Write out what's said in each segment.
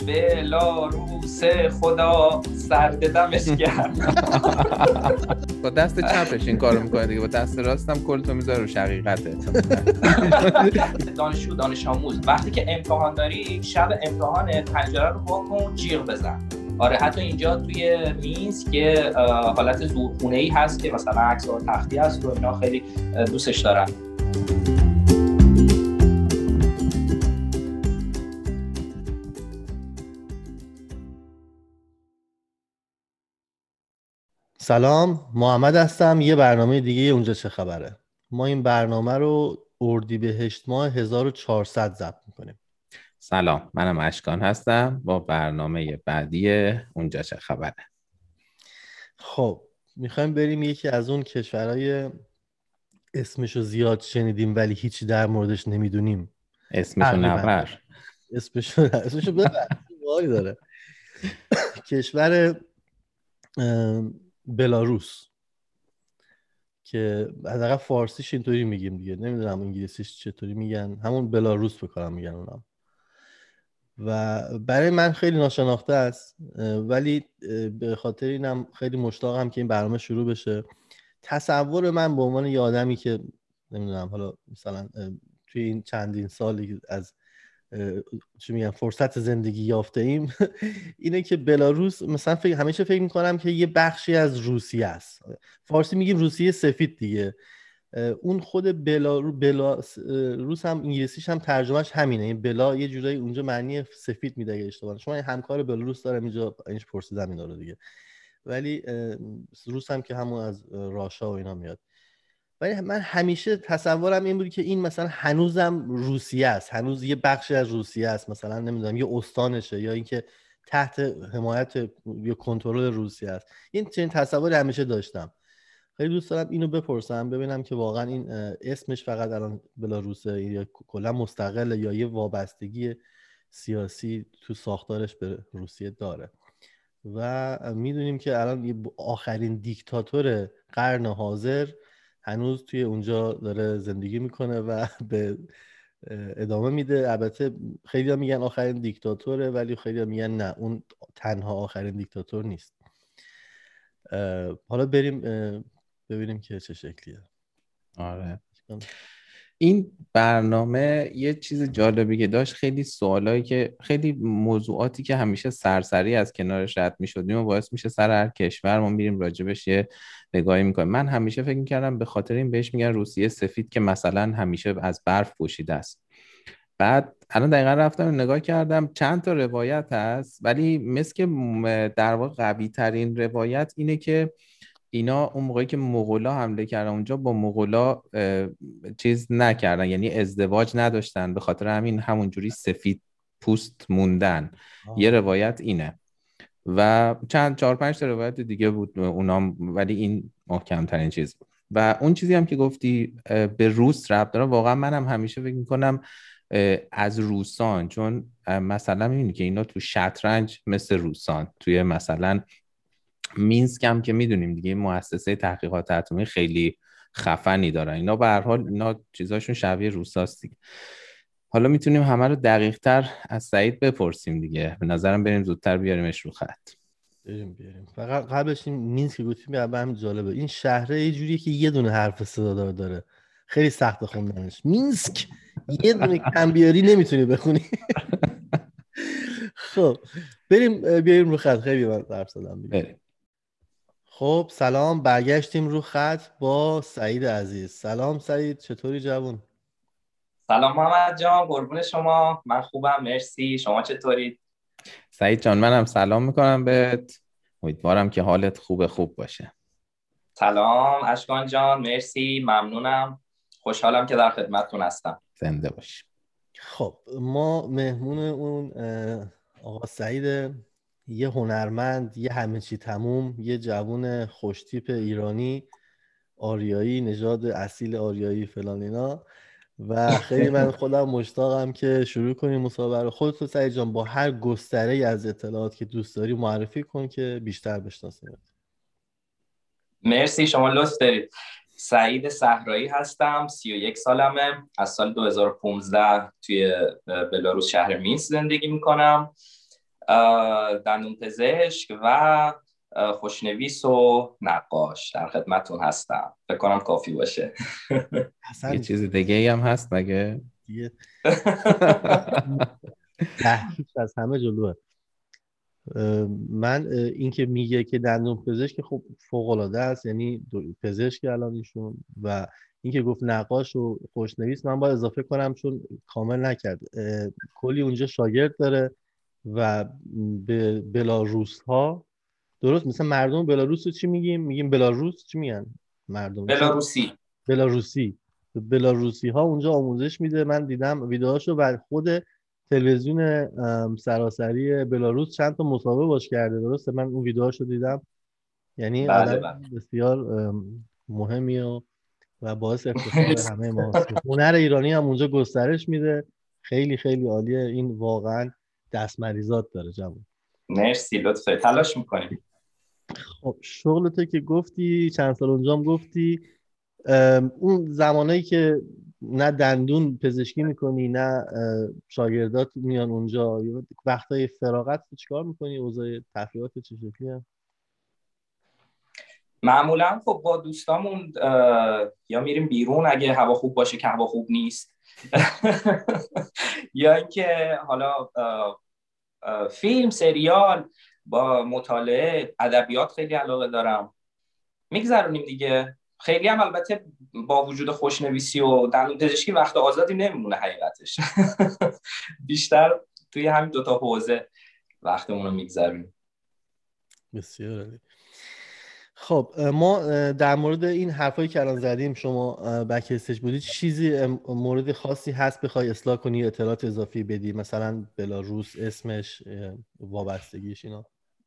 بلاروس خدا سرد دمش گرم. با دست چپش این کارو میکنه دیگه، با دست راستم کلتو میذاره رو شقیقته. دانش آموز وقتی که امتحان داری شب امتحان پنجره رو وا کن، جیغ بزن. آره حتی اینجا توی مینسک که حالت زورخونه‌ای هست که مثلا عکس‌ها تختی هست و اینا خیلی دوستش دارن. سلام، محمد هستم. یه برنامه دیگه اونجا چه خبره. ما این برنامه رو اردیبهشت ماه 1400 ضبط میکنیم. سلام، منم اشکان هستم با برنامه بعدی اونجا چه خبره. خب میخوایم بریم یکی از اون کشورهای اسمشو زیاد شنیدیم ولی هیچی در موردش نمیدونیم. اسمشو نبر. اسمشو ببر. وای داره. کشور بلاروس که حداقل فارسیش اینطوری میگیم دیگه، نمیدونم انگلیسیش چطوری میگن، همون بلاروس بکنم میگن اونم. و برای من خیلی ناشناخته است، ولی به خاطر اینم خیلی مشتاقم که این برنامه شروع بشه. تصور من به عنوان یه آدمی که نمیدونم حالا مثلا توی این چندین سالی از چی میگن فرصت زندگی یافته ایم اینه که بلاروس مثلا همیشه فکر میکنم که یه بخشی از روسیه است. فارسی میگیم روسیه سفید دیگه. اون خود بلاروس هم انگلیسیش هم ترجمهش همینه. این بلا یه جورایی اونجا معنی سفید میده اگه اشتباه نکنم. شما همکار بلاروس دارم اینجا، اینش پرسیدم اینا رو دیگه. ولی روس هم که همون از راشا و اینا میاد. ولی من همیشه تصورم این بود که این مثلا هنوزم روسیه است، هنوز یه بخشی از روسیه است، مثلا نمیدونم یه استانشه یا اینکه تحت حمایت یا کنترل روسیه است. این چنین تصوری همیشه داشتم. خیلی دوست دارم اینو بپرسم ببینم که واقعا این اسمش فقط الان بلاروسه یا کلا مستقله یا یه وابستگی سیاسی تو ساختارش به روسیه داره. و میدونیم که الان آخرین دیکتاتور قرن حاضر هنوز توی اونجا داره زندگی میکنه و به ادامه میده. البته خیلی ها میگن آخرین دیکتاتوره ولی خیلی ها میگن نه، اون تنها آخرین دیکتاتور نیست. حالا بریم ببینیم که چه شکلیه. آره این برنامه یه چیز جالبی که داشت، خیلی سوالایی که خیلی موضوعاتی که همیشه سرسری از کنارش رد می‌شدیم و باعث میشه سر هر کشور ما میریم راجبش یه نگاهی میکنیم. من همیشه فکر میکردم به خاطر این بهش میگن روسیه سفید که مثلا همیشه از برف پوشیده است. بعد الان دقیقا رفتم نگاه کردم چند تا روایت هست، ولی مثل که در واقع قوی ترین روایت اینه که اینا اون موقعی که مغولا حمله کردن اونجا با مغولا چیز نکردن، یعنی ازدواج نداشتن، به خاطر همین همونجوری سفید پوست موندن. یه روایت اینه و چهار پنج تا روایت دیگه بود اونام، ولی این محکم ترین چیز بود. و اون چیزی هم که گفتی به روس ربط داره، واقعا منم همیشه فکر میکنم از روسان، چون مثلا میبینی که اینا تو شطرنج مثل روسان، توی مثلا مینسک هم که میدونیم دیگه مؤسسه تحقیقات اتمی خیلی خفنی دارن اینا، به هر حال اینا چیزاشون شبیه روساست دیگه. حالا میتونیم همه رو دقیق تر از سعید بپرسیم دیگه. به نظرم بریم زودتر بیاریمش رو خط. بریم. فقط قبلش این مینسک که گفتیم به هم جالبه. این شهره یه جوریه که یه دونه حرف صدا داره، خیلی سخت خوندنش. مینسک یه دونه کم بیاری نمیتونی بخونی. خب بیاریم رو خط. خیلی من حرف زدم دیگه. خب سلام، برگشتیم رو خط با سعید عزیز. سلام سعید، چطوری جوون؟ سلام محمد جان، قربون شما. من خوبم مرسی، شما چطورید؟ سعید جان منم سلام میکنم بهت، امیدوارم که حالت خوب باشه. سلام اشکان جان، مرسی، ممنونم، خوشحالم که در خدمتتون هستم. زنده باشی. خب ما مهمون اون آقا سعید، یه هنرمند، یه همه چی تموم، یه جوون خوشتیپ ایرانی، آریایی، نژاد اصیل آریایی فلان اینا. و خیلی من خودم مشتاقم که شروع کنیم مسابقه رو. خودت سعید جان با هر گستره از اطلاعات که دوست داری معرفی کن که بیشتر بشناسیم. مرسی، شما لطف دارید. سعید صحرایی هستم، 31 سالمه، از سال 2015 توی بلاروس شهر مینسک زندگی میکنم. دندون پزشک و خوشنویس و نقاش در خدمتون هستم. فکر کنم کافی باشه. یه چیز دیگه ای هم هست مگه؟ دیگه تحقیق از همه جلوه. من این که میگه که دندون پزشک خب فوق العاده است، یعنی پزشک الان ایشون، و این که گفت نقاش و خوشنویس من باید اضافه کنم چون کامل نکرد، کلی اونجا شاگرد داره و به بلاروس ها، درست مثلا مردم بلاروس رو چی میگیم بلاروس، چی میگن مردم؟ بلاروسی. بلاروسی ها اونجا آموزش میده. من دیدم ویدیوهاشو و خود تلویزیون سراسری بلاروس چند تا مسابقه باش کرده، درسته؟ من اون ویدیوهاشو دیدم. یعنی آدم بسیار مهمی و باعث افتخار همه ماست. هنر ایرانی هم اونجا گسترش میده. خیلی خیلی عالیه. این واقعا دستمریزات داره جوان. مرسی، لطفه، تلاش میکنیم. خب شغلته که گفتی چند سال اونجا هم گفتی، اون زمانایی که نه دندون پزشکی میکنی نه شاگردات میان اونجا، وقتای فراغت چیکار میکنی؟ اوضاع تفریحات چه شکلیه؟ معمولا خب با دوستامون یا میریم بیرون اگه هوا خوب باشه که هوا خوب نیست یا اینکه حالا فیلم، سریال، با مطالعه ادبیات خیلی علاقه دارم، میگذرونیم دیگه. خیلی هم البته با وجود خوشنویسی و دندون پزشکی وقت آزادی نمیمونه حقیقتش. بیشتر توی همین دوتا حوزه وقتمون رو میگذرونیم. بسیار عالی. خب ما در مورد این حرفایی که الان زدیم، شما بک استیج بودی، چیزی مورد خاصی هست بخوای اصلاح کنی، اطلاعات اضافی بدی، مثلا بلاروس، اسمش، وابستگیش، اینا؟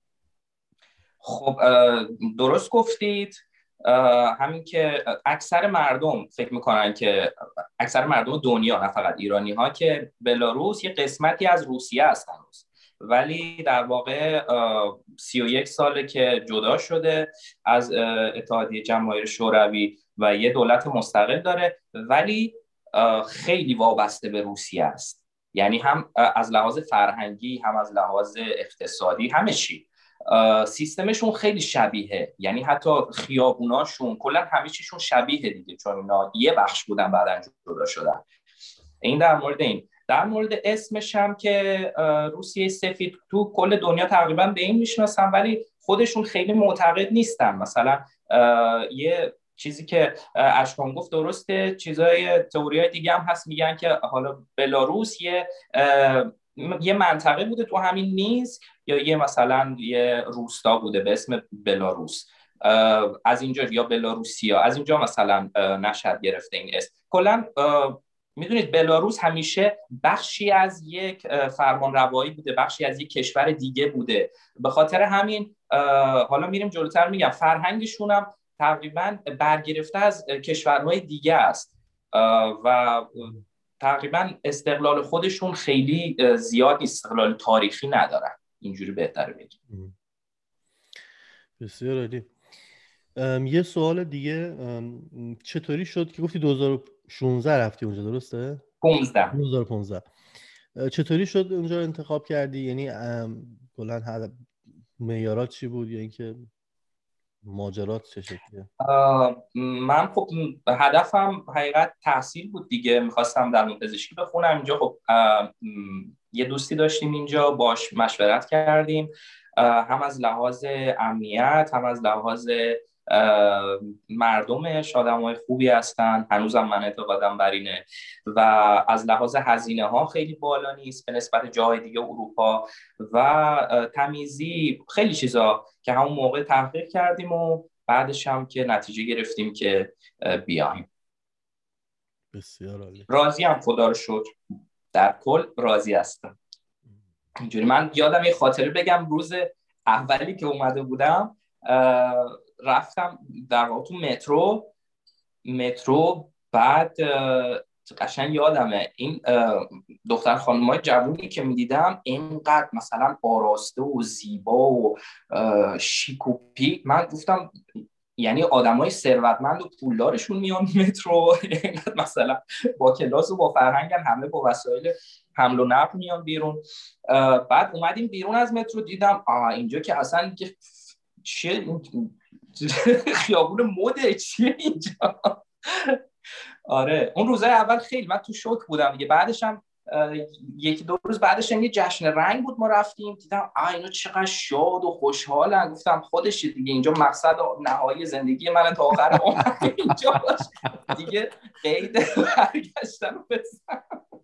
خب درست گفتید. همین که اکثر مردم فکر میکنن که اکثر مردم دنیا، نه فقط ایرانی ها، که بلاروس یه قسمتی از روسیه هست هنوز، ولی در واقع 31 ساله که جدا شده از اتحادیه جماهیر شوروی و یه دولت مستقل داره، ولی خیلی وابسته به روسیه است. یعنی هم از لحاظ فرهنگی، هم از لحاظ اقتصادی، همه چی. سیستمشون خیلی شبیه، یعنی حتی خیابوناشون، کلا همه چیشون شبیه دیگه، چون اینا یه بخش بودن بعدن جدا شدن. این در مورد این. در مورد اسمش هم که روسیه سفید، تو کل دنیا تقریبا به این میشناسن، ولی خودشون خیلی معتقد نیستن. مثلا یه چیزی که اشکان گفت درسته، چیزای تئوریای دیگه هم هست، میگن که حالا بلاروس یه منطقه بوده تو همین مینسک، یا یه مثلا یه روستا بوده به اسم بلاروس، از اینجا، یا بلاروسیا، از اینجا مثلا نشأت گرفته این اسم. کلا میدونید بلاروس همیشه بخشی از یک فرمان روایی بوده، بخشی از یک کشور دیگه بوده. به خاطر همین حالا میریم جلوتر میگم فرهنگشون هم تقریبا برگرفته از کشورهای دیگه است و تقریبا استقلال خودشون خیلی زیاد استقلال تاریخی ندارن، اینجوری بهتره بگیم. بسیار عالی. یه سوال دیگه، چطوری شد که گفتی 2016 رفتی اونجا، درسته؟ 2015 چطوری شد اونجا انتخاب کردی؟ یعنی کلا معیارات چی بود، یا اینکه ماجرات چه شکلیه؟ من خب هدفم حقیقت تحصیل بود دیگه، میخواستم دندون پزشکی بخونم اینجا. خب یه دوستی داشتیم اینجا، باش مشورت کردیم، هم از لحاظ امنیت، هم از لحاظ مردمش آدمای خوبی هستن، هنوزم من اعتقادم بر اینه، و از لحاظ هزینه ها خیلی بالا نیست به نسبت جاهای دیگه اروپا، و تمیزی، خیلی چیزا که همون موقع تحقیق کردیم و بعدش هم که نتیجه گرفتیم که بیایم. بسیار عالی. راضی هم، خدا رو شکر، در کل راضی هستم. اینجوری من یادم یه خاطره بگم، روز اولی که اومده بودم رفتم در واقع تو مترو، بعد قشنگ یادمه این دختر خانمای جوونی که میدیدم اینقدر مثلا آراسته و زیبا و شیک و پیک، من گفتم یعنی آدمای ثروتمند و پولدارشون میان مترو، اینقدر مثلا با کلاس و با فرهنگن، همه با وسایل حمل و نقل میان بیرون. بعد اومدیم بیرون از مترو، دیدم اینجا که اصلا که چیه خیابون مده، چیه اینجا. آره اون روزای اول خیلی من تو شوک بودم دیگه. بعدش هم یکی دو روز بعدش هم یه جشن رنگ بود، ما رفتیم دیدم اینو چقدر شاد و خوشحالن. گفتم خودشه دیگه، اینجا مقصد نهایی زندگی من تا آخر عمر اینجا باشه دیگه، قید برگشتن رو بزن.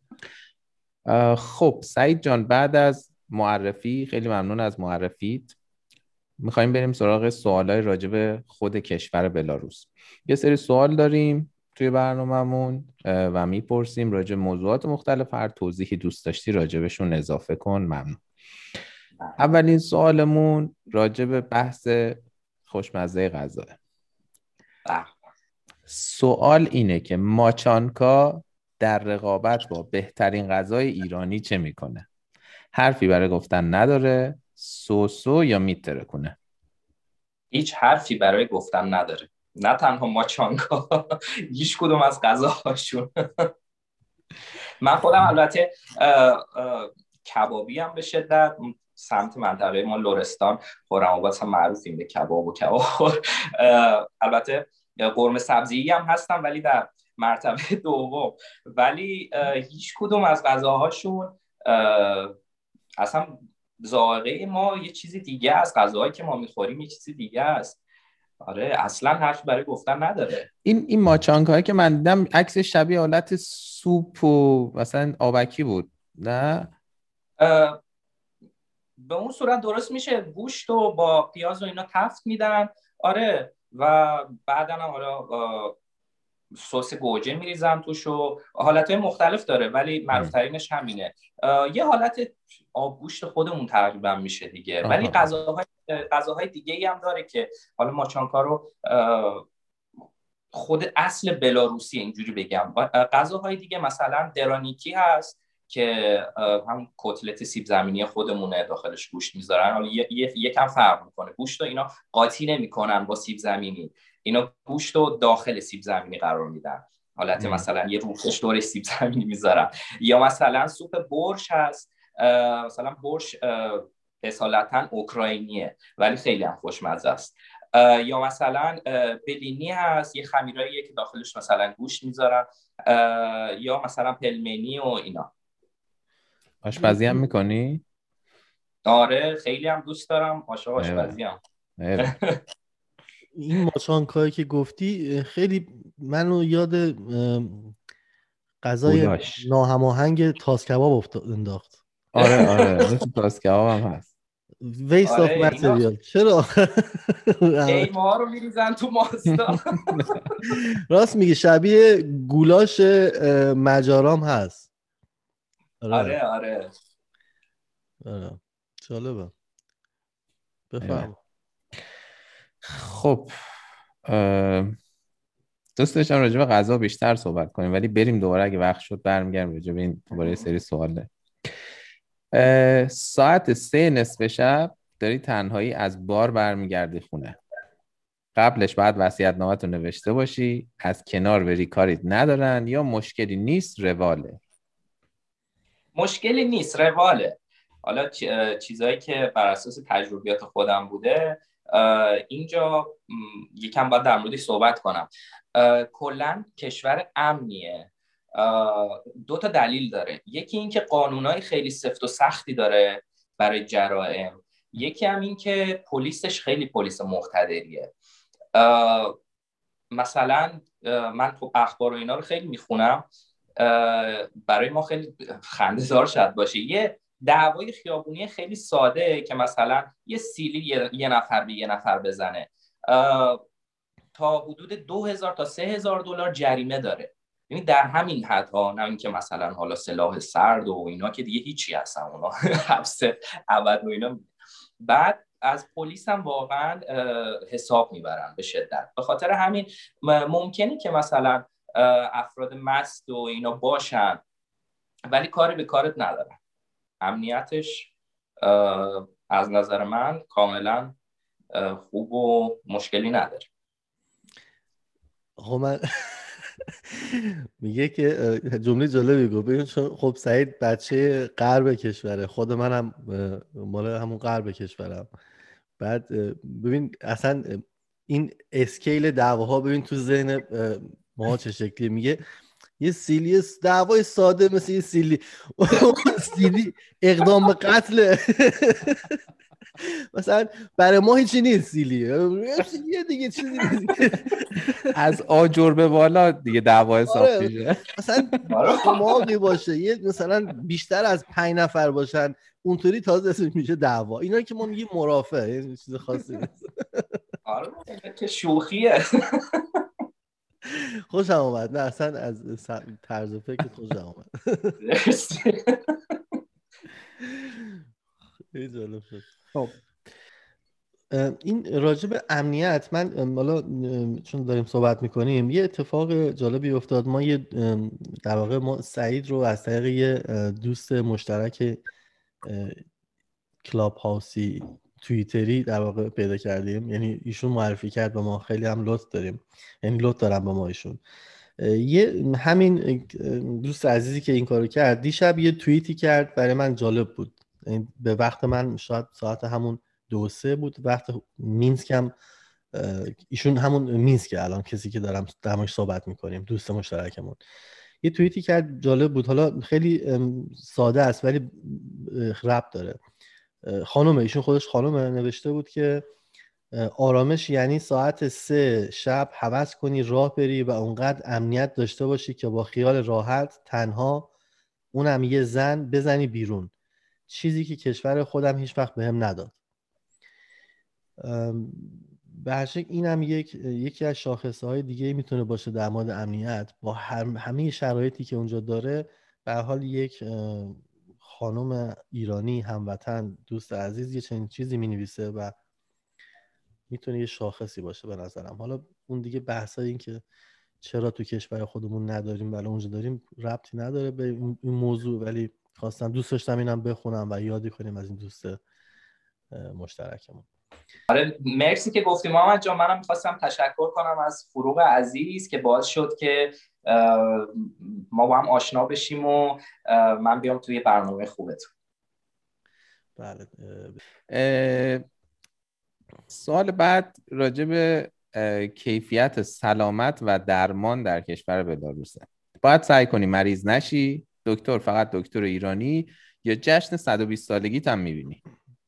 خب سعید جان، بعد از معرفی، خیلی ممنون از معرفیت، میخوایم بریم سراغ سوالای راجع به خود کشور بلاروس. یه سری سوال داریم توی برنامه‌مون و میپرسیم راجع به موضوعات مختلف. هر توضیحی دوست داشتی راجع بهشون اضافه کن، ممنون. اولین سوالمون راجع به بحث خوشمزه غذا. سوال اینه که ماچانکا در رقابت با بهترین غذای ایرانی چه میکنه؟ حرفی برای گفتن نداره، سوسو یا میترکونه؟ هیچ حرفی برای گفتن نداره، نه تنها ماچانکا، هیچ کدوم از غذاهاشون. من خودم البته کبابی هم به شدت، سمت منطقه ما لرستان خرم‌آباد هم معروفیم به کباب و کباب. البته قرمه سبزی هم هستم ولی در مرتبه دوم. ولی هیچ کدوم از غذاهاشون اصلا ذائقه ما یه چیزی دیگه است، غذاهایی که ما میخوریم یه چیزی دیگه است. آره اصلا حرف برای گفتن نداره. این ماچانکایی که من دیدم عکس شبیه حالت سوپ و مثلا آبکی بود، نه؟ به اون صورت درست میشه، گوشت و با پیاز و اینا تفت میدن. آره و بعدن هم حالا سس گوجه میریزن توش و حالتهای مختلف داره ولی معروفترینش همینه. یه حالت آبگوشت خودمون تقریبا میشه دیگه. ولی غذاهای دیگه ای هم داره که حالا ماچانکا رو خود اصل بلاروسی اینجوری بگم. غذاهای دیگه مثلا درانیکی هست که هم کتلت سیب زمینی خودمونه، داخلش گوشت میذارن. حالا یکم فرق میکنه، گوشت رو اینا قاطی نمیکنن با سیب زمینی، اینا گوشت رو داخل سیب زمینی قرار میدن، حالت مثلا یه روکش دور سیب زمینی میذارن. یا مثلا سوپ برش هست، مثلا برش اصالتا اوکراینیه ولی خیلی هم خوشمزه است. یا مثلا بلینی هست، یه خمیراییه که داخلش مثلا گوشت میذارن. یا مثلا پلمنی و اینا. آشپزی هم میکنی؟ آره خیلی هم دوست دارم، عاشق آشپزی هم. این ماچانکایی که گفتی خیلی منو یاد غذای ناهماهنگ تاس کباب انداخت. آره مثل تاس کباب هم هست. ویست آف متریال. چرا قیمه ها رو میریزن تو ماستا. راست میگه، شبیه گولاش مجارام هست. آره جالبه. بفهم. خب دوست داشتم راجع به غذا بیشتر صحبت کنیم ولی بریم دوباره، اگه وقت شد برمیگردیم راجع به این دوباره سری سواله. ساعت 3 نصف شب داری تنهایی از بار برمیگردی خونه. قبلش باید وصیت‌نامه‌تو نوشته باشی، از کنار بری کاریت ندارن، یا مشکلی نیست رواله؟ مشکلی نیست رواله. حالا چیزایی که بر اساس تجربیات خودم بوده اینجا یکم باید در موردش صحبت کنم. کلاً کشور امنیه. 2 تا دلیل داره. یکی این که قانونای خیلی سفت و سختی داره برای جرائم، یکی هم این که پلیسش خیلی پلیس مقتدریه. مثلا من خب اخبار و اینا رو خیلی میخونم، برای ما خیلی خنده‌دار شاید باشه. یه دعوای خیابونی خیلی ساده که مثلا یه سیلی یه نفر به یه نفر بزنه تا حدود 2000 تا 3000 دلار جریمه داره. یعنی در همین حدها، نه اینکه مثلا حالا سلاح سرد و اینا که دیگه هیچی هستن، اونا حبس ابد و اینا. بعد از پلیس هم واقعا حساب میبرن به شدت. به خاطر همین ممکنه که مثلا افراد مست و اینا باشن ولی کاری به کارت ندارن. امنیتش از نظر من کاملا خوب و مشکلی نداره. خب من میگه که جمله جالبی گفت، ببین چون خب سعید بچه غرب کشوره، خود منم مال همون غرب کشورم. بعد ببین اصلا این اسکیل دعواها ببین تو ذهن ما چه شکلی. میگه یه سیلی دعوای ساده مثل یه سیلی سیلی اقدام به قتل مثلا برای ما هیچی نیست سیلی یه دیگه چیزی نیست. از آجر به بالا دیگه دعوا حساب آره میشه. مثلا شماقی باشه یه مثلا بیشتر از 5 نفر باشن اونطوری تازه اسمش میشه دعوا. اینا که ما میگیم مرافعه، یه چیز خاصی نیست. آره که شوخیه. خوشم اومد، نه اصلا از طرز فکرت خوشم اومد. خیلی جالب شد. خب این راجع به امنیت، من حالا چون داریم صحبت میکنیم یه اتفاق جالبی افتاد. ما یه در واقع ما سعید رو از طریق یه دوست مشترک کلاب هاوسی توییتری در واقع پیدا کردیم، یعنی ایشون معرفی کرد به ما، خیلی هم لطف داریم، یعنی لطف دارم به ما ایشون. یه همین دوست عزیزی که این کارو کرد دیشب یه توییتی کرد برای من جالب بود. به وقت من شاید ساعت همون 2-3 بود، وقت مینسک هم ایشون همون مینسک الان کسی که دارم درماش صحبت میکنیم دوست مشترکمون یه توییتی کرد جالب بود. حالا خیلی ساده است ولی ربط داره. خانم ایشون خودش خانم نوشته بود که آرامش یعنی ساعت 3 شب هوس کنی راه بری و اونقدر امنیت داشته باشی که با خیال راحت تنها، اونم یه زن، بزنی بیرون، چیزی که کشور خودم هیچ وقت بهم نداد. به هر شکل اینم یکی از شاخصه های دیگه میتونه باشه در مورد امنیت. با همه شرایطی که اونجا داره، به هر حال یک خانم ایرانی هموطن دوست عزیز یه چنین چیزی مینویسه و میتونه یه شاخصی باشه به نظرم. حالا اون دیگه بحثای این که چرا تو کشور خودمون نداریم ولی اونجا داریم ربطی نداره به این موضوع، ولی خواستم دوست داشتم اینم بخونم و یادی کنیم از این دوست مشترکمون. آره مرسی که گفتیم محمد جان. منم می‌خواستم تشکر کنم از فروغ عزیز که باعث شد که ما با هم آشنا بشیم و من بیام توی برنامه خوبتون. بله. سوال بعد راجع به کیفیت سلامت و درمان در کشور بلاروسه. باید سعی کنی مریض نشی، دکتر فقط دکتر ایرانی، یا جشن 120 سالگیت هم میبینی؟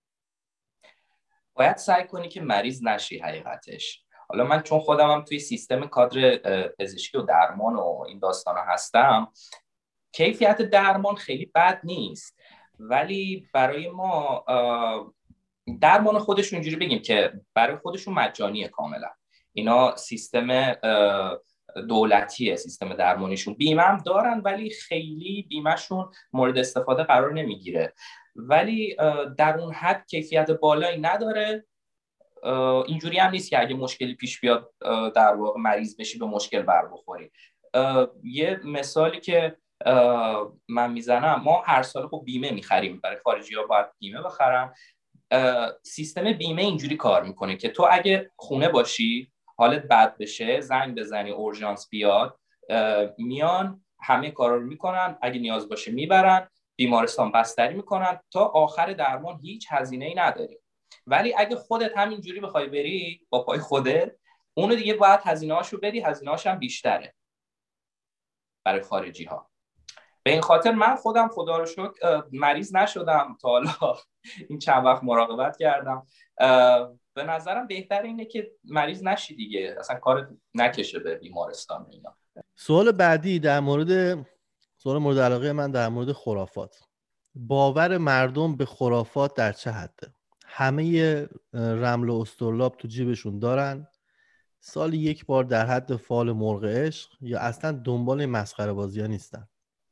باید سعی کنی که مریض نشی حقیقتش. حالا من چون خودم هم توی سیستم کادر پزشکی و درمان و این داستانا هستم، کیفیت درمان خیلی بد نیست، ولی برای ما درمان خودشون اینجوری بگیم که برای خودشون مجانیه کاملا. اینا سیستم دولتیه، سیستم درمانیشون. بیمه هم دارن ولی خیلی بیمهشون مورد استفاده قرار نمیگیره، ولی در اون حد کیفیت بالایی نداره. اینجوری هم نیست که اگه مشکلی پیش بیاد در واقع مریض بشی به مشکل بر بخوری. یه مثالی که من میزنم، ما هر سال خب بیمه میخریم، برای خارجی ها باید بیمه بخرن. سیستم بیمه اینجوری کار میکنه که تو اگه خونه باشی حالت بد بشه زنگ بزنی اورژانس بیاد، میان همه کارا رو میکنن، اگه نیاز باشه میبرن بیمارستان بستری میکنن، تا آخر درمان هیچ هزینه‌ای نداری. ولی اگه خودت همینجوری بخوای بری با پای خودت، اونو دیگه باید هزینه‌اشو بدی، هزینه‌اش هم بیشتره برای خارجی ها. به این خاطر من خودم خدا رو شکر مریض نشدم تا حالا. این چند وقت مراقبت کردم. به نظرم بهتر اینه که مریض نشی دیگه، اصلا کارت نکشه به بیمارستان اینا. سوال بعدی سوال مورد علاقه من در مورد خرافات. باور مردم به خرافات در چه حده؟ همه رمل و استرلاب تو جیبشون دارن، سالی 1 بار در حد فال مرغ عشق، یا اصلا دنبال مسخره بازی ها نیستن؟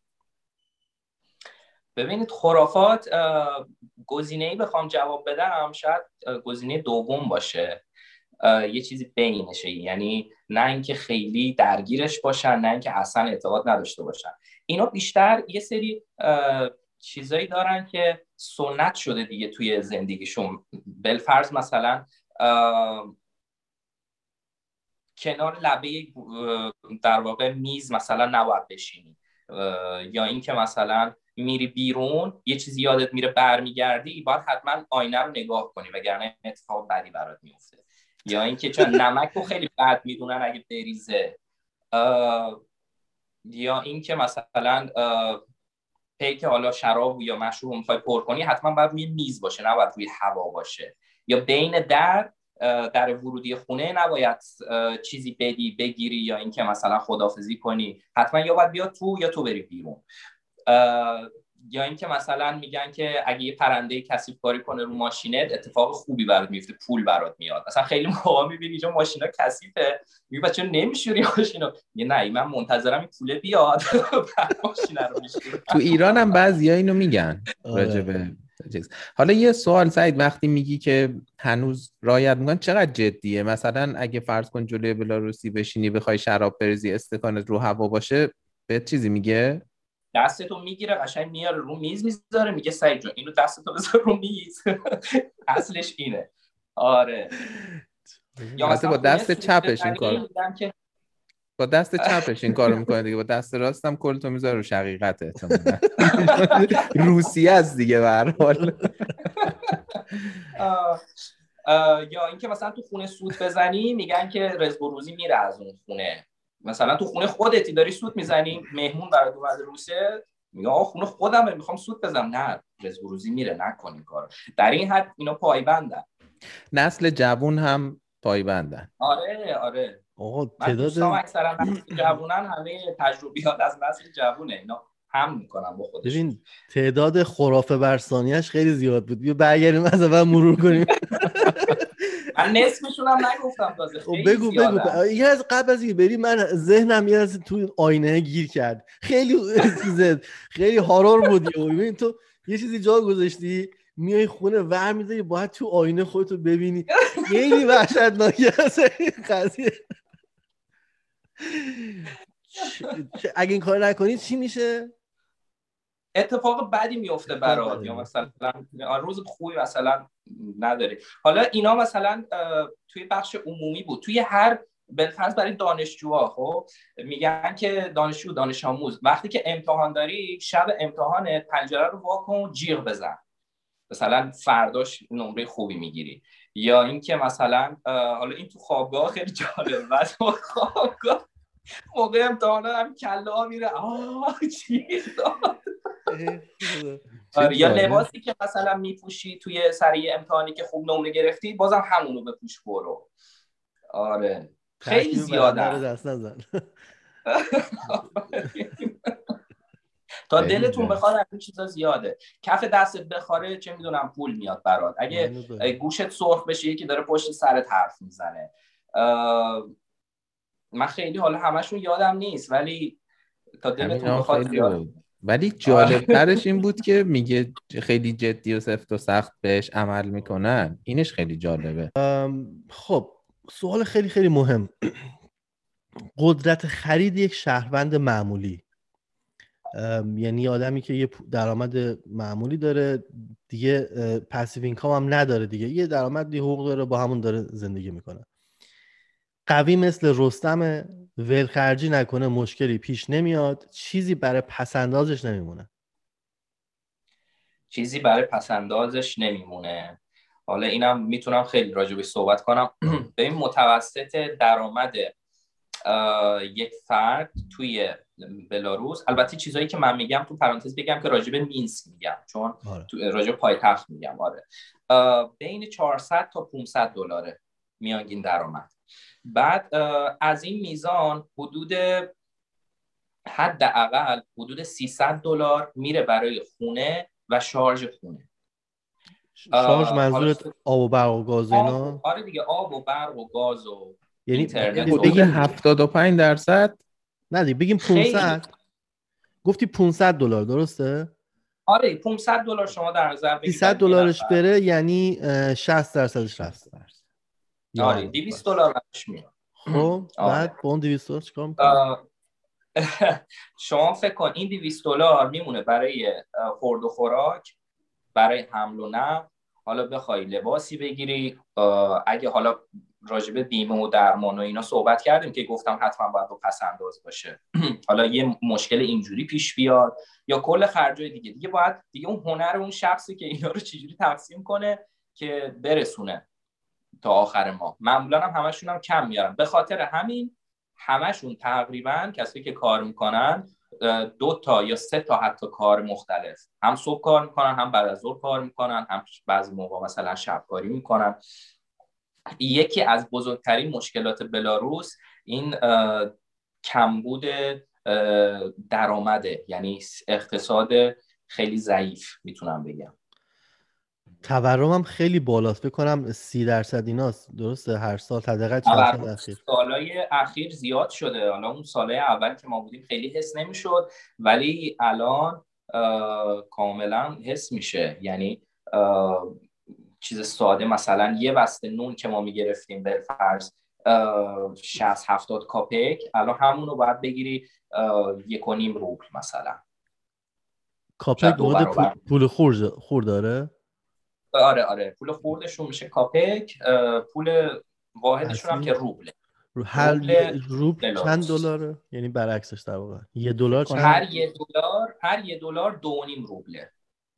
ببینید خرافات، گزینه‌ای بخوام جواب بدم شاید گزینه دوم باشه، یه چیزی بینشه، یعنی نه اینکه خیلی درگیرش باشن نه اینکه اصلا اعتقاد نداشته باشن. اینا بیشتر یه سری چیزایی دارن که سنت شده دیگه توی زندگیشون. بالفرض مثلا کنار لبه در واقع میز مثلا نباید بشینی، یا اینکه مثلا میری بیرون یه چیزی یادت میره برمیگردی باید حتما آینه رو نگاه کنی وگرنه اتفاق بدی برات میفته. یا اینکه چون نمک رو خیلی بد میدونن اگه بریزه، یا اینکه مثلا پیک حالا شراب یا مشروب میخوای پر کنی حتما باید روی میز باشه، نباید روی هوا باشه. یا بین در ورودی خونه نباید چیزی بدی بگیری، یا اینکه مثلا خداحافظی کنی، حتما یا باید بیا تو یا تو بری بیرون. یا اینکه مثلا میگن که اگه یه پرنده کثیف کاری کنه رو ماشینت اتفاق خوبی برات میفته، پول برات میاد. مثلا خیلی موقع میبینی چون ماشینا کثیفه میگه بچه‌ها نمیشوری ماشینو، میگه نه من منتظرم این پول بیاد بعد ماشینا رو میشورم. تو ایران هم بعضیا اینو میگن راجع به چیز. حالا یه سوال سعید، وقتی میگی که هنوز رعایت میکنن چقدر جدیه؟ مثلا اگه فرض کن جلوی بلاروسی بشینی بخوای شراب بریزی استکانت رو هوا باشه بهت چیزی میگه؟ دستتو میگیره قشنگ میاره رو میز میذاره میگه سعید جون اینو دستتو بذار رو میز. اصلش اینه. آره. یا مثلا با دست چپش این کارو که با دست چپش این کارو میکنه دیگه، با دست راستم کلتو میذاره رو شقیقت احتمالاً. روسیه است دیگه به هر حال. یا اینکه مثلا تو خونه سوت بزنی میگن که رزق و روزی میره از اون خونه. مثلا تو خونه خودتی داری سوت میزنی، مهمون برات اومده روسه، میگه آقا خونه خودمه میخوام سوت بزنم، نه رزق و روزی میره نکنین کارو. در این حد اینا پایبندن. نسل جوون هم پایبندن. آره آقا من دوستام اکثرا نسل جوونن، همه تجربیات از نسل جوونه، اینا هم میکنن با خودشون. ببین تعداد خرافه بر ثانیه‌اش خیلی زیاد بود. بیا برگردیم از اول مرور کنیم. من نصفشون هم نگفتم تازه، خیلی بگو یه از قبل از اینکه بری من ذهنم یه از تو آینه گیر کرد، خیلی خیلی هارور بود. ببین تو یه چیزی جا گذاشتی میای خونه ور میذاری باید تو آینه خودتو ببینی، خیلی وحشتناکه این قضیه. اگه این کار نکنی چی میشه؟ اتفاق بدی میفته برات، یا مثلا روز خوبی مثلا نداری. حالا اینا مثلا توی بخش عمومی بود، توی هر بالفرض برای دانشجوها خب میگن که دانش آموز وقتی که امتحان داری شب امتحان پنجره رو وا کن جیغ بزن، مثلا فرداش نمره خوبی میگیری. یا اینکه مثلا حالا این تو خوابگاه خیلی جالبه، بعد خوابگاه موقع امتحان هم کلا میره جیغ داد. یا لباسی که مثلا میپوشی توی سری امتحانی که خوب نمره گرفتی بازم همونو بپوش برو. آره خیلی زیاده. دست نزن تا دلتون بخواد این چیزا زیاده. کف دستت بخاره چه میدونم پول میاد برات. اگه گوشت سرخ بشه یکی داره پشت سرت حرف میزنه. من خیلی حالا همشون یادم نیست ولی تا دلتون بخواد زیاد. ولی جالب ترش این بود که میگه خیلی جدی و سفت و سخت بهش عمل میکنن، اینش خیلی جالبه. خب سوال خیلی خیلی مهم، قدرت خرید یک شهروند معمولی، یعنی آدمی که یه درآمد معمولی داره دیگه، پسیو اینکام هم نداره دیگه، یه درآمد یه حقوق داره با همون داره زندگی میکنه، قوی مثل رستم، ولخرجی نکنه مشکلی پیش نمیاد، چیزی برای پسندازش نمیمونه. چیزی برای پسندازش نمیمونه. حالا اینم میتونم خیلی راجبش صحبت کنم. به این متوسط درآمد یک فرد توی بلاروس، البته چیزایی که من میگم تو پرانتز بگم که راجب مینسک میگم چون راجب پایتخت میگم، بین 400 تا 500 دلاره میانگین درآمد. بعد از این میزان حدود حداقل حدود 300 دلار میره برای خونه و شارژ خونه. شارژ منظورت آب و برق و گاز اینا؟ آره دیگه، آب و برق و گاز و یعنی اینترنت. بگیم 75%؟ نه دیگه بگیم 500. گفتی 500 دلار درسته؟ آره 500 دلار شما در نظر بگیرید 300 دلارش بره یعنی 60%ش رفت. آره 200 دلار بهش میاد. خب بعد با اون 200 دلار چیکار می‌کنی؟ شما فکر کن این 200 دلار میمونه برای خورد و خوراک، برای حمل و نقل، حالا بخوای لباسی بگیری، اگه حالا راجب بیمه و درمان و اینا صحبت کردیم که گفتم حتما باید با پس‌انداز باشه. حالا یه مشکل اینجوری پیش بیاد یا کل خرجای دیگه باید اون هنر اون شخصی که اینا رو چجوری تقسیم کنه که برسونه تا آخر ماه. معمولا همشون هم کم میارن، به خاطر همین همشون تقریبا کسایی که کار میکنن 2 تا یا 3 تا حتی کار مختلف، هم صبح کار میکنن، هم بعد از ظهر کار میکنن، هم بعضی موقع مثلا شب کاری میکنن. یکی از بزرگترین مشکلات بلاروس این کمبود درآمده، یعنی اقتصاد خیلی ضعیف میتونم بگم. تورم هم خیلی بالاست، بکنم 30% ایناست، درسته؟ هر سال حداقل چند سال اخیر. سالهای اخیر زیاد شده. حالا اون سالهای اول که ما بودیم خیلی حس نمیشد، ولی الان کاملا حس میشه. یعنی چیز ساده، مثلا یه بسته نون که ما میگرفتیم به فرض 60-70 کاپک، الان همونو باید بگیری 1.5 روبل مثلا. کاپک پول خورد داره؟ آره پول خوردشون میشه کاپک، پول واحدشون هم که روبله. هر روبل چند دلاره؟ یعنی برعکسش در واقع $1 چند؟ هر $1 2.5 روبله.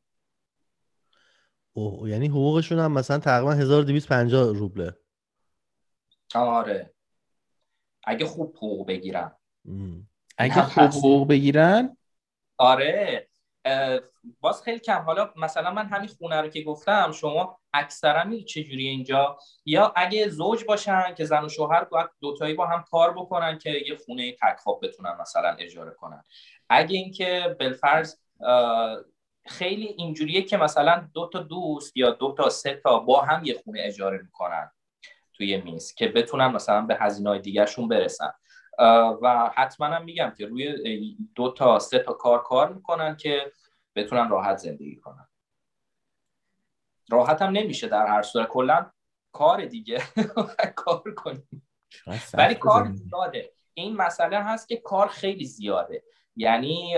اوه، یعنی حقوقشون هم مثلا تقریبا 1250 روبله. آره اگه خوب حقوق بگیرن. اگه خوب حقوق بگیرن آره باز خیلی کم. حالا مثلا من همین خونه رو که گفتم، شما اکثرا میدونی چجوری اینجا، یا اگه زوج باشن که زن و شوهر باید دوتایی با هم کار بکنن که یه خونه تک خواب بتونن مثلا اجاره کنن. اگه اینکه بالفرض خیلی اینجوریه که مثلا 2 تا دوست یا 2 تا 3 تا با هم یه خونه اجاره میکنن توی میز که بتونن مثلا به هزینه‌های دیگه‌شون برسن. و حتما هم میگم که روی 2 تا 3 تا کار میکنن که بتونن راحت زندگی کنن. راحت هم نمیشه در هر صورت، کلا کار دیگه کار کنیم، ولی کار زیاده. این مسئله هست که کار خیلی زیاده، یعنی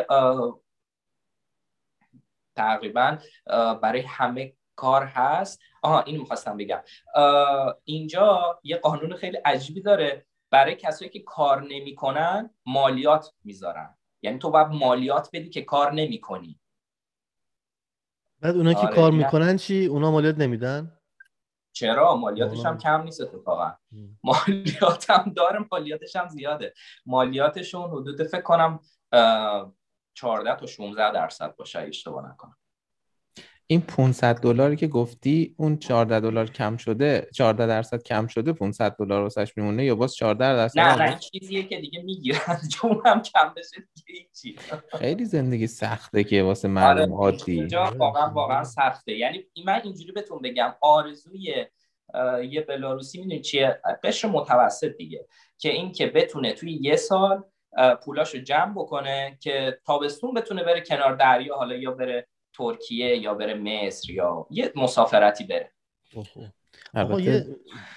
تقریبا برای همه کار هست. اینو میخواستم بگم، اینجا یه قانون خیلی عجیبی داره برای کسایی که کار نمی‌کنن، مالیات میذارن. یعنی تو باید مالیات بدی که کار نمی‌کنی. بعد اونا که کار میکنن چی؟ اونا مالیات نمیدن؟ چرا؟ مالیاتش هم کم نیست اتفاقا. مالیات هم داره، مالیاتش هم زیاده. مالیاتشون حدود فکر کنم 14 تا 16% باشه اشتباه نکنم. این $500 که گفتی، اون $14 کم شده، 14% کم شده، $500 واسش میمونه یا باز 14%؟ نه این چیزیه که دیگه میگیرن چون هم کم بشه دیگه هیچی. خیلی زندگی سخته که واسه مردم عادی. اینجا واقعا سخته. یعنی من اینجوری بهتون بگم، آرزوی یه بلاروسی میدونی چیه؟ قشر متوسط دیگه، که این که بتونه توی یه سال پولاشو جمع بکنه که تابستون بتونه بره کنار دریا، حالا یا بره ترکیه یا بره مصر یا یه مسافرتی بره. البته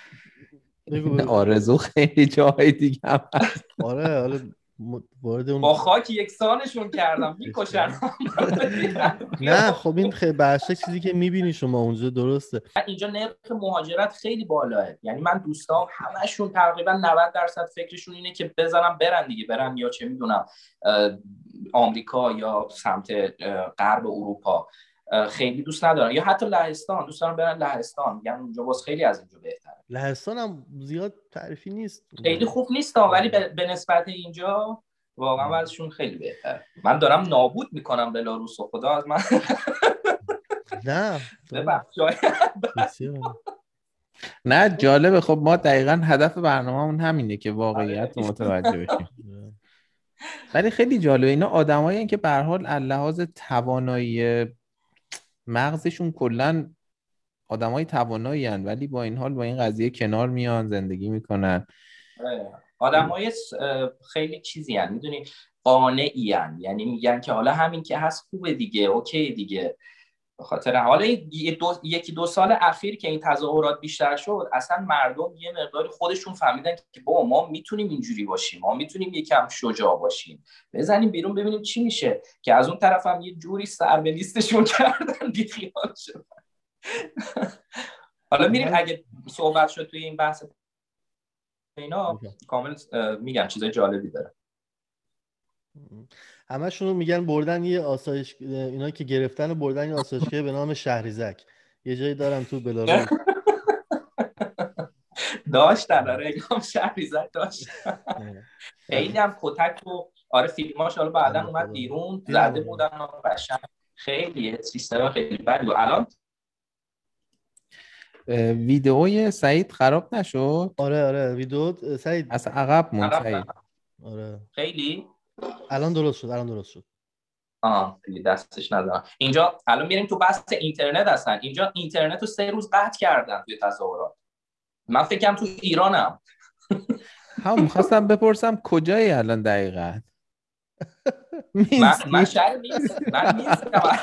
آرزو خیلی جای دیگه هم هست. آره حالا وارد اون با خاک یکسانشون کردم میکشن. نه خب این خیلی برشه چیزی که میبینی شما اونجا، درسته. اینجا نرخ مهاجرت خیلی بالاه، یعنی من دوستام همشون تقریبا 90% فکرشون اینه که بزنم برن دیگه، برن یا چه میدونم آمریکا یا سمت غرب اروپا. خیلی دوست ندارن، یا حتی لهستان دوست دارن برن لهستان، میگن اونجا باز خیلی از اینجا بهتره. لهستان هم زیاد تعریفی نیست، خیلی خوب نیست ولی به نسبت اینجا واقعا وضعشون خیلی بهتره. من دارم نابود میکنم بلاروس و خدا از من نه نه جالبه. خب ما دقیقاً هدف برنامه‌مون همینه که واقعیت رو متوجه بشیم. ولی خیلی جالبه اینا آدمایی که به هر حال لحاظ توانایی مغزشون کلاً آدمای توانایی ان، ولی با این حال با این قضیه کنار میان، زندگی میکنن. آدمای خیلی چیزی ان، میدونی، قانعی ان، یعنی میگن که حالا همین که هست خوبه دیگه، اوکی دیگه. به خاطر حالا یکی دو سال اخیر که این تظاهرات بیشتر شد، اصلا مردم یه مقداری خودشون فهمیدن که بابا ما میتونیم اینجوری باشیم، ما میتونیم یکم شجاع باشیم، بزنیم بیرون ببینیم چی میشه. که از اون طرف هم یه جوری سر به لیستشون کردن بیخیال شدن. حالا میریم اگه صحبت شد توی این بحث اینا کامل میگم چیزای جالبی داره. همشون میگن بردن یه آسایش، اینا که گرفتن و بردن یه آسایشگاه به نام شهریزک، یه جایی دارن تو بلاروس. داشتن آره اقام شهریزک داشتن. خیلی هم کتک و آره فیلماش حالا بعدن اومد بیرون زده بودن و قشنگ خیلی سیستم خیلی بدی. الان ویدئوی سعید خراب نشد؟ آره ویدئو سعید از عقب موند سعید. آره خیلی الان درست شد. خیلی دستش ندارم. اینجا الان میریم تو بحث اینترنت هستن. اینجا اینترنت رو 3 روز قطع کردن توی تظاهرات. من فکرم تو ایرانم. هم می‌خواستم بپرسم کجایی الان دقیقاً؟ من شهر نیستم. من نیستم.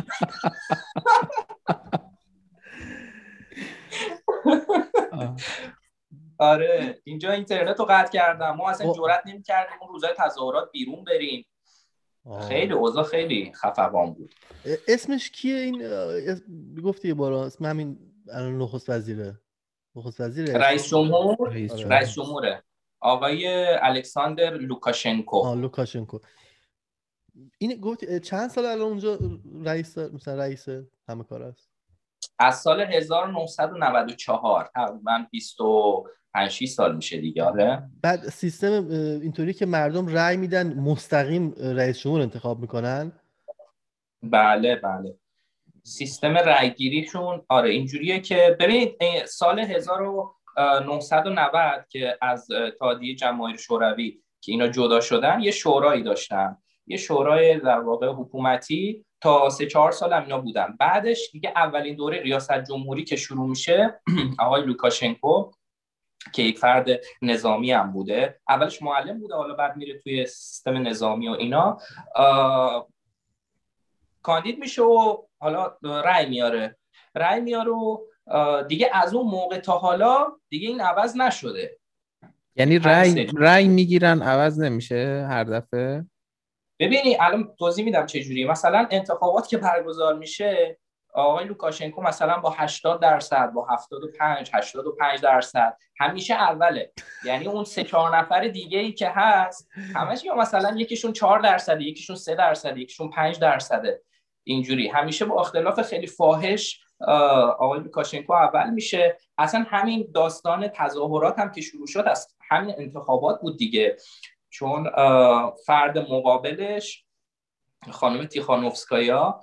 آره اینجا اینترنت رو قطع کردم. ما اصلا جرئت نمی‌کردیم اون روزای تظاهرات بیرون بریم. خیلی اوضاع خیلی خفقان بود. اسمش کیه این؟ گفتی یه بار اسم همین الان نخست وزیره رئیس جمهوره آقای الکساندر لوکاشنکو. این گفت چند سال الان اونجا رئیس همه کار است؟ از سال 1994 تقریبا 25 سال میشه دیگه. آره بعد سیستم اینطوری که مردم رأی میدن مستقیم رئیس جمهور انتخاب میکنن. بله سیستم رأیگیریشون آره اینجوریه که ببینید سال 1990 که از اتحادیه جماهیر شوروی که اینا جدا شدن یه شورایی داشتن، یه شورای در واقع حکومتی تا 3-4 سال هم اینا بودن. بعدش دیگه اولین دوره ریاست جمهوری که شروع میشه آقای لوکاشنکو که یک فرد نظامی هم بوده، اولش معلم بوده حالا بعد میره توی سیستم نظامی و اینا کاندید میشه و حالا رأی میاره و دیگه از اون موقع تا حالا دیگه این عوض نشده. یعنی رأی میگیرن عوض نمیشه هر دفعه؟ ببینی الان توضیح میدم چه جوریه. مثلا انتخابات که برگزار میشه آقای لوکاشنکو مثلا با 80% با 85% همیشه اوله. یعنی اون 3-4 نفر دیگه ای که هست همش یا مثلا یکیشون 4%، یکیشون 3%، یکیشون 5%، اینجوری همیشه با اختلاف خیلی فاحش آقای لوکاشنکو اول میشه. اصلا همین داستان تظاهرات هم که شروع شد از همین انتخابات بود دیگه، چون فرد مقابلش خانم تیخانوفسکایا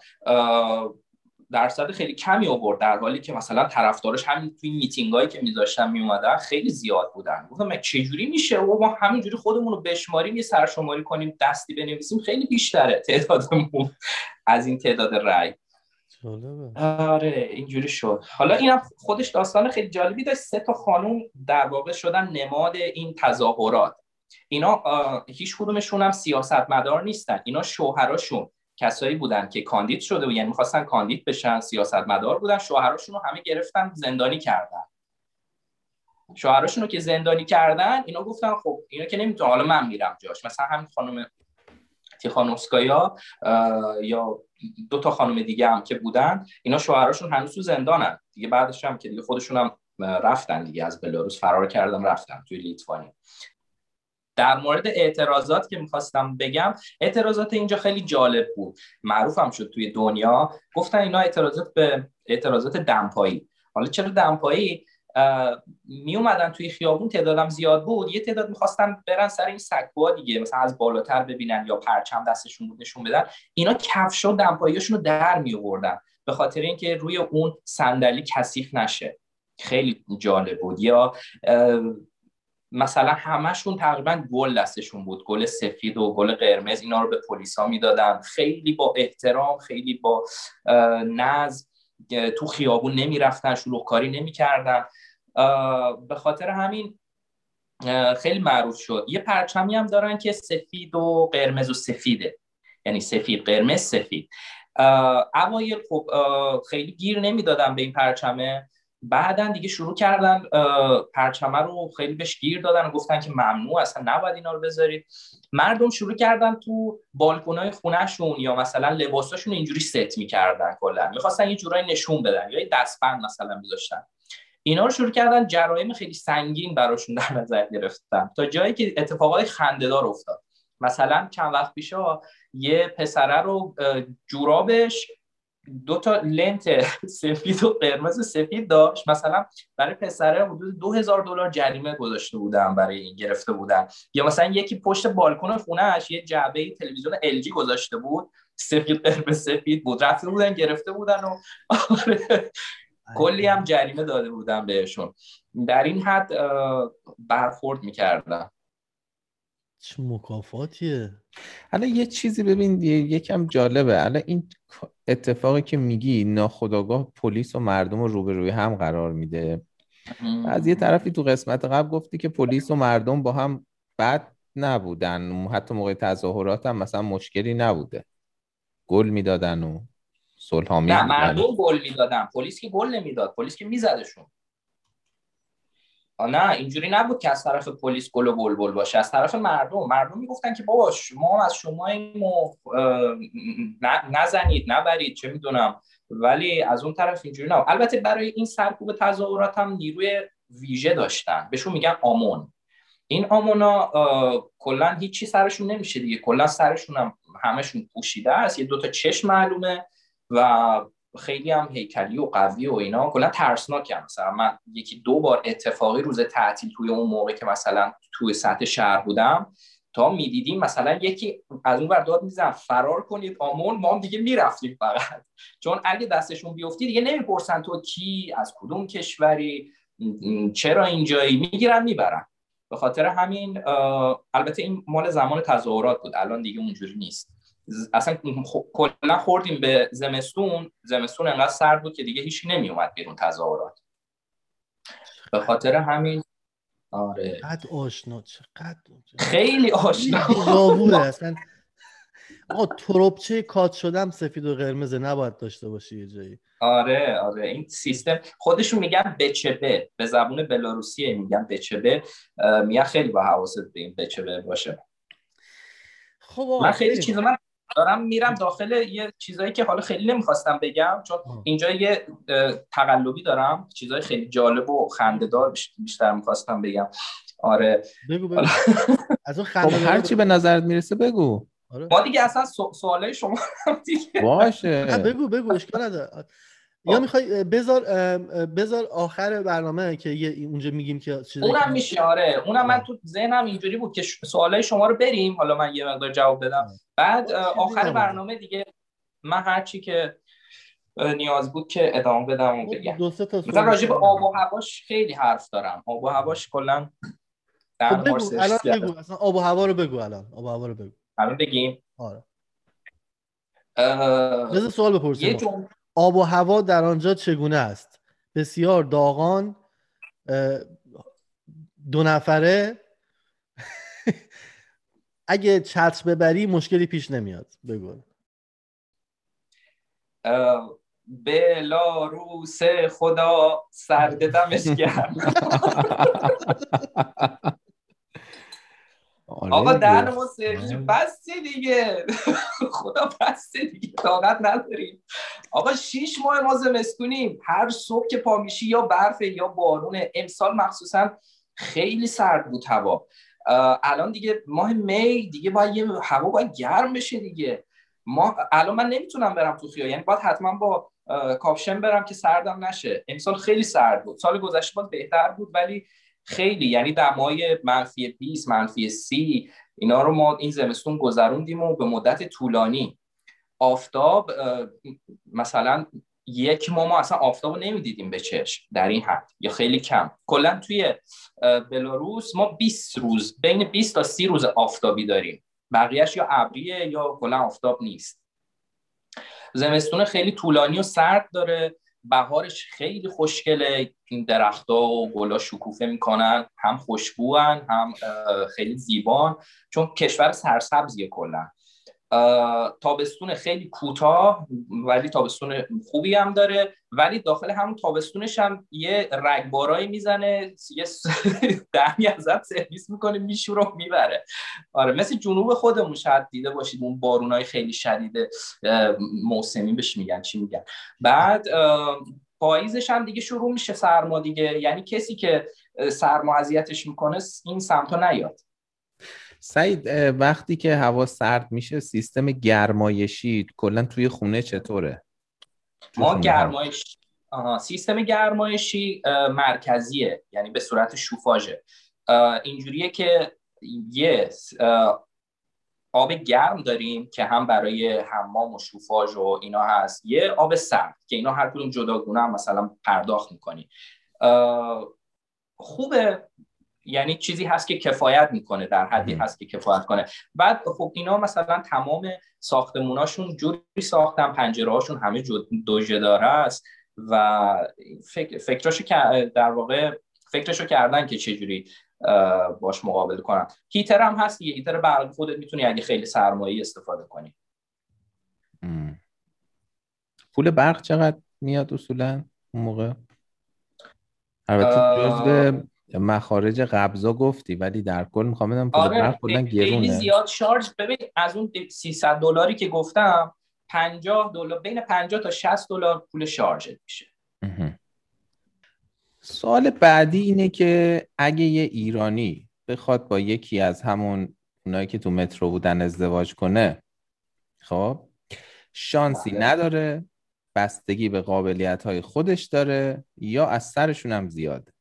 درصد خیلی کمی آورد، در حالی که مثلا طرفدارش همین توی میتینگایی که میذاشتن میومدن خیلی زیاد بودن. گفتم چجوری میشه و ما همینجوری خودمون رو بشماریم یه سرشماری کنیم دستی بنویسیم خیلی بیشتره تعدادمون از این تعداد رأی. آره اینجوری شد. حالا اینم خودش داستان خیلی جالبی داشت. 3 خانم در واقع شدن نماد این تظاهرات. اینا هیچ کدومشون هم سیاستمدار نیستن. اینا شوهراشون کسایی بودن که کاندید شده و یعنی می‌خواستن کاندید بشن، سیاستمدار بودن. شوهراشون رو همه گرفتن زندانی کردن. شوهراشون رو که زندانی کردن اینا گفتن خب اینا که نمیتونه، حالا من میرم جاش. مثلا همین خانم تیخانوفسکایا یا 2 خانم دیگه هم که بودن اینا شوهراشون هنوز تو زندانن دیگه. بعدش هم که دیگه خودشون هم رفتن دیگه، از بلاروس فرار کردن رفتن توی لیتوانی. در مورد اعتراضات که میخواستم بگم، اعتراضات اینجا خیلی جالب بود، معروف هم شد توی دنیا. گفتن اینا اعتراضات دمپایی. حالا چرا دمپایی؟ می اومدن توی خیابون، تعدادم زیاد بود، یه تعداد میخواستن برن سر این سکوها دیگه، مثلا از بالاتر ببینن یا پرچم دستشون بود نشون بدن. اینا کفش و دمپاییاشون رو در می آوردن به خاطر اینکه روی اون صندلی کثیف نشه. خیلی جالب بود. یا مثلا همشون تقریبا گل دستشون بود، گل سفید و گل قرمز، اینا رو به پلیسا میدادن. خیلی با احترام، خیلی با نظم تو خیابون نمیرفتن، شلوغکاری نمیکردن. به خاطر همین خیلی معروف شد. یه پرچمی هم دارن که سفید و قرمز و سفیده، یعنی سفید قرمز سفید. اوایل خب خیلی گیر نمیدادن به این پرچمه، بعدن دیگه شروع کردن پرچمه رو خیلی بهش گیر دادن و گفتن که ممنوع، اصلا نباید اینا رو بذارید. مردم شروع کردن تو بالکنای خونهشون یا مثلا لباساشون اینجوری ست میکردن، کلا میخواستن یه جورایی نشون بدن یا یه دستبند مثلا میذاشتن. اینا رو شروع کردن جرایم خیلی سنگین براشون در نظر گرفتن، تا جایی که اتفاقای خنده‌دار افتاد. مثلا چند وقت پیشا یه پسره رو جورابش 2 تا لنت سفید و قرمز سفید داشت، مثلا برای پسره حدود $2000 جریمه گذاشته بودن، برای این گرفته بودن. یا مثلا یکی پشت بالکن خونه‌اش یه جعبه تلویزیون LG گذاشته بود، سفید قرمز سفید بود، رفته بودن گرفته بودن و کلی هم جریمه داده بودن بهشون. در این حد برخورد میکردن. چه مکافاتیه. حالا یه چیزی ببین یکم جالبه، حالا این اتفاقی که میگی ناخودآگاه پلیس و مردم رو روبروی هم قرار میده. از یه طرفی تو قسمت قبل گفتی که پلیس و مردم با هم بد نبودن، حتی موقع تظاهرات هم مثلا مشکلی نبوده، گل میدادن و صلح‌آمیز نه، بودن. مردم گل میدادن، پلیس که گل نمیداد، پلیس که میزدشون. نه اینجوری نبود که از طرف پلیس گل و بلبل باشه، از طرف مردم میگفتن که بابا ما از شماییم و نزنید نبرید چه میدونم. ولی از اون طرف اینجوری نه. البته برای این سرکوب تظاهرات هم نیروی ویژه داشتن، بهشون میگن آمون. این آمونا کلا هیچی سرشون نمیشه دیگه، کلا سرشون هم همشون پوشیده است، یه 2 تا چشم معلومه و خیلی هم هیکلی و قوی و اینا، کلا ترسناکه. مثلا من 1-2 بار اتفاقی روز تعطیل توی اون موقع که مثلا توی سطح شهر بودم تا میدیدیم مثلا یکی از اون ور داد میزن فرار کنید آمون، ما هم دیگه میرفتیم فقط، چون اگه دستشون بیفتی دیگه نمیپرسن تو کی، از کدوم کشوری، چرا اینجایی، میگیرن میبرن. به خاطر همین البته این مال زمان تظاهرات بود، الان دیگه اونجوری نیست. اصلا کلا خوردیم به زمستون انقدر سرد بود که دیگه هیچی نمی اومد بیرون تظاهرات. به خاطر همین آره چقدر آشنا، خیلی آشنا دیجاووه اصلا. آقا تروبچه کات شدم سفید و قرمز نباید داشته باشی یه جایی. آره این سیستم خودشون میگن بچبه، به زبون بلاروسیه میگن بچبه، میگن خیلی با حواست به این بچبه باشه. خب من خیلی چیزا من دارم میرم داخل یه چیزایی که حالا خیلی نمیخواستم بگم، چون اینجا یه تقلبی دارم، چیزای خیلی جالب و خنده‌دار بیشتر میخواستم بگم. آره بگو از اون خب هر چی به نظرت میرسه بگو. آره. ما دیگه اصلا سوالای شما دیگه باشه بگو اشکال نداره. یا میخوای بذار آخر برنامه که اونجا میگیم که اونم میشه. آره اونم من تو ذهنم اینجوری بود که سوالای شما رو بریم، حالا من یه مقدار جواب بدم، بعد آخر برنامه دیگه من هر چی که نیاز بود که ادامه بدم و بگم. مثلا راجع به آب و هواش خیلی حرف دارم، آب و هواش کلا خب بگو الان، بگو اصلا آب و هوا رو بگو الان، آب و هوا رو بگو الان بگیم. آره بذار سوال بپرسیم، آب و هوا در آنجا چگونه است؟ بسیار داغان، 2 نفره، اگه چتر ببری مشکلی پیش نمیاد؟ بگو. بلاروس خدا سرد دمش گرم. آقا در ما سرویس بسته دیگه، خدا بسته دیگه، طاقت نداریم. آقا 6 ماه ما زمستونیم، هر صبح که پا میشی یا برفه یا بارونه. امسال مخصوصا خیلی سرد بود هوا. الان دیگه ماه می دیگه باید هوا باید گرم بشه دیگه. الان من نمیتونم برم تو خیابون، یعنی باید حتما با کاپشن برم که سردم نشه. امسال خیلی سرد بود، سال گذشته باید بهتر بود ولی خیلی، یعنی دمای -20 -30 اینا رو ما این زمستون گذروندیم و به مدت طولانی. آفتاب مثلا 1 ماه ما اصلا آفتاب رو نمیدیدیم به چشم در این حد یا خیلی کم. کلا توی بلاروس ما 20 روز، بین 20 تا 30 روز آفتابی داریم، بقیهش یا ابریه یا کلا آفتاب نیست. زمستون خیلی طولانی و سرد داره، بهارش خیلی خوشگله، این درخت‌ها و گل‌ها شکوفه میکنن، هم خوشبوان هم خیلی زیبان، چون کشور سرسبزیه کلا. تابستون خیلی کوتاه ولی تابستون خوبی هم داره، ولی داخل همون تابستونش هم یه رگبارایی میزنه، یه دمی ازت سرویس میکنه، میشوره میبره. آره مثل جنوب خودمون شاید دیده باشید اون بارونای خیلی شدید موسمی بهش میگن، چی میگن. بعد پاییزش هم دیگه شروع میشه سرما دیگه، یعنی کسی که سرما اذیتش میکنه این سمتا نیاد. سعید وقتی که هوا سرد میشه سیستم گرمایشی کلا توی خونه چطوره؟ ما سیستم گرمایشی مرکزیه، یعنی به صورت شوفاژه. اینجوریه که یه آب گرم داریم که هم برای حمام و شوفاژ و اینا هست، یه آب سرد که اینا هر کدوم جداگونه هم مثلا پرداخت میکنی. خوبه، یعنی چیزی هست که کفایت میکنه، در حدی هست که کفایت کنه. بعد خب اینا مثلا تمام ساختموناشون جوری ساختن، پنجرهاشون همه دوژه داره است و فکرشو کردن که چجوری باش مقابله کنن. هیتر هم هست دیگه، هیتر برق خودت میتونی اگه خیلی سرمایه‌ای استفاده کنی. پول برق چقدر میاد اصولا اون موقع؟ البته جزء مخارج قبضا گفتی، ولی در کل میخوام بدم پول برق کلا گرونه. خیلی زیاد شارژ. ببین از اون $300 که گفتم $50 بین 50 تا $60 پول شارژ میشه. سوال بعدی اینه که اگه یه ایرانی بخواد با یکی از همون اونایی که تو مترو بودن ازدواج کنه، خب شانسی نداره، بستگی به قابلیت‌های خودش داره یا از سرشون هم زیاده؟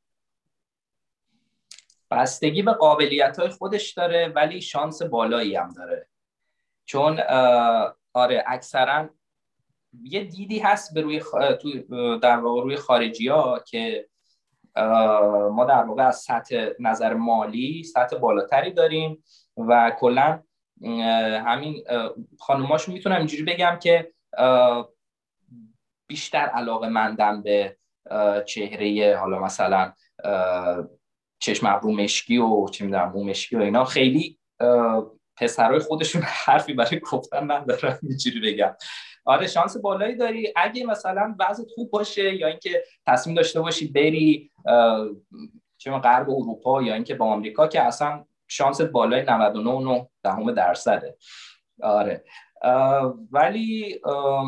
بستگی به قابلیت‌های خودش داره ولی شانس بالایی هم داره، چون آره اکثرا یه دیدی هست به روی در واقع روی خارجی‌ها که ما در واقع از سطح نظر مالی سطح بالاتری داریم و کلا همین خانوماشون میتونم اینجوری بگم که بیشتر علاقه‌مندن به چهره، حالا مثلا چشم ابرو مشکی و چه میدونم مو مشکی و اینا، خیلی پسرای خودشون حرفی برای گفتن ندارن، اینجوری بگم. آره شانس بالایی داری اگه مثلا وضعت خوب باشه، یا اینکه تصمیم داشته باشی بری چه غرب اروپا یا اینکه با آمریکا، که اصلا شانس بالای 99.9%. آره ولی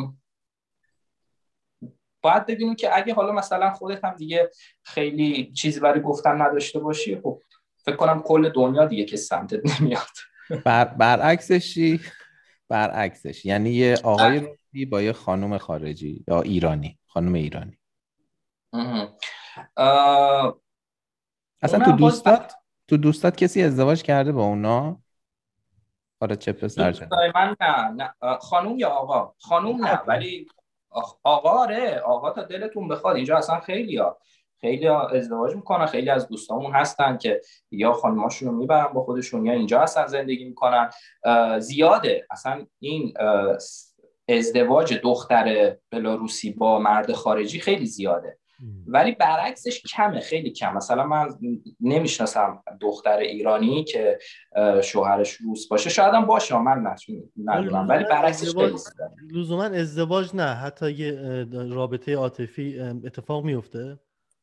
باید ببینیم که اگه حالا مثلا خودت هم دیگه خیلی چیزی برای گفتن نداشته باشی، خب فکر کنم کل دنیا دیگه که سمتت نمیاد. برعکسش یعنی یه آقای روسی با یه خانم خارجی یا ایرانی، خانم ایرانی. اصلا تو دوستات کسی ازدواج کرده با اونا؟ آره چه پسر چه؟ من نه خانم یا آقا. خانم نه ولی آقا. آره آقا تا دلتون بخواد. اینجا اصلا خیلی ازدواج میکنن، خیلی از دوستامون هستن که یا خانماشون رو میبرن با خودشون یا اینجا هستن زندگی میکنن. زیاده اصلا این ازدواج دختر بلاروسی با مرد خارجی خیلی زیاده، ولی برعکسش کمه، خیلی کم. مثلا من نمیشناسم دختر ایرانی که شوهرش روس باشه، شاید هم باشه من ندونم، ولی برعکسش خیلی زیاده. لزوما ازدواج نه، حتی یه رابطه عاطفی اتفاق میفته.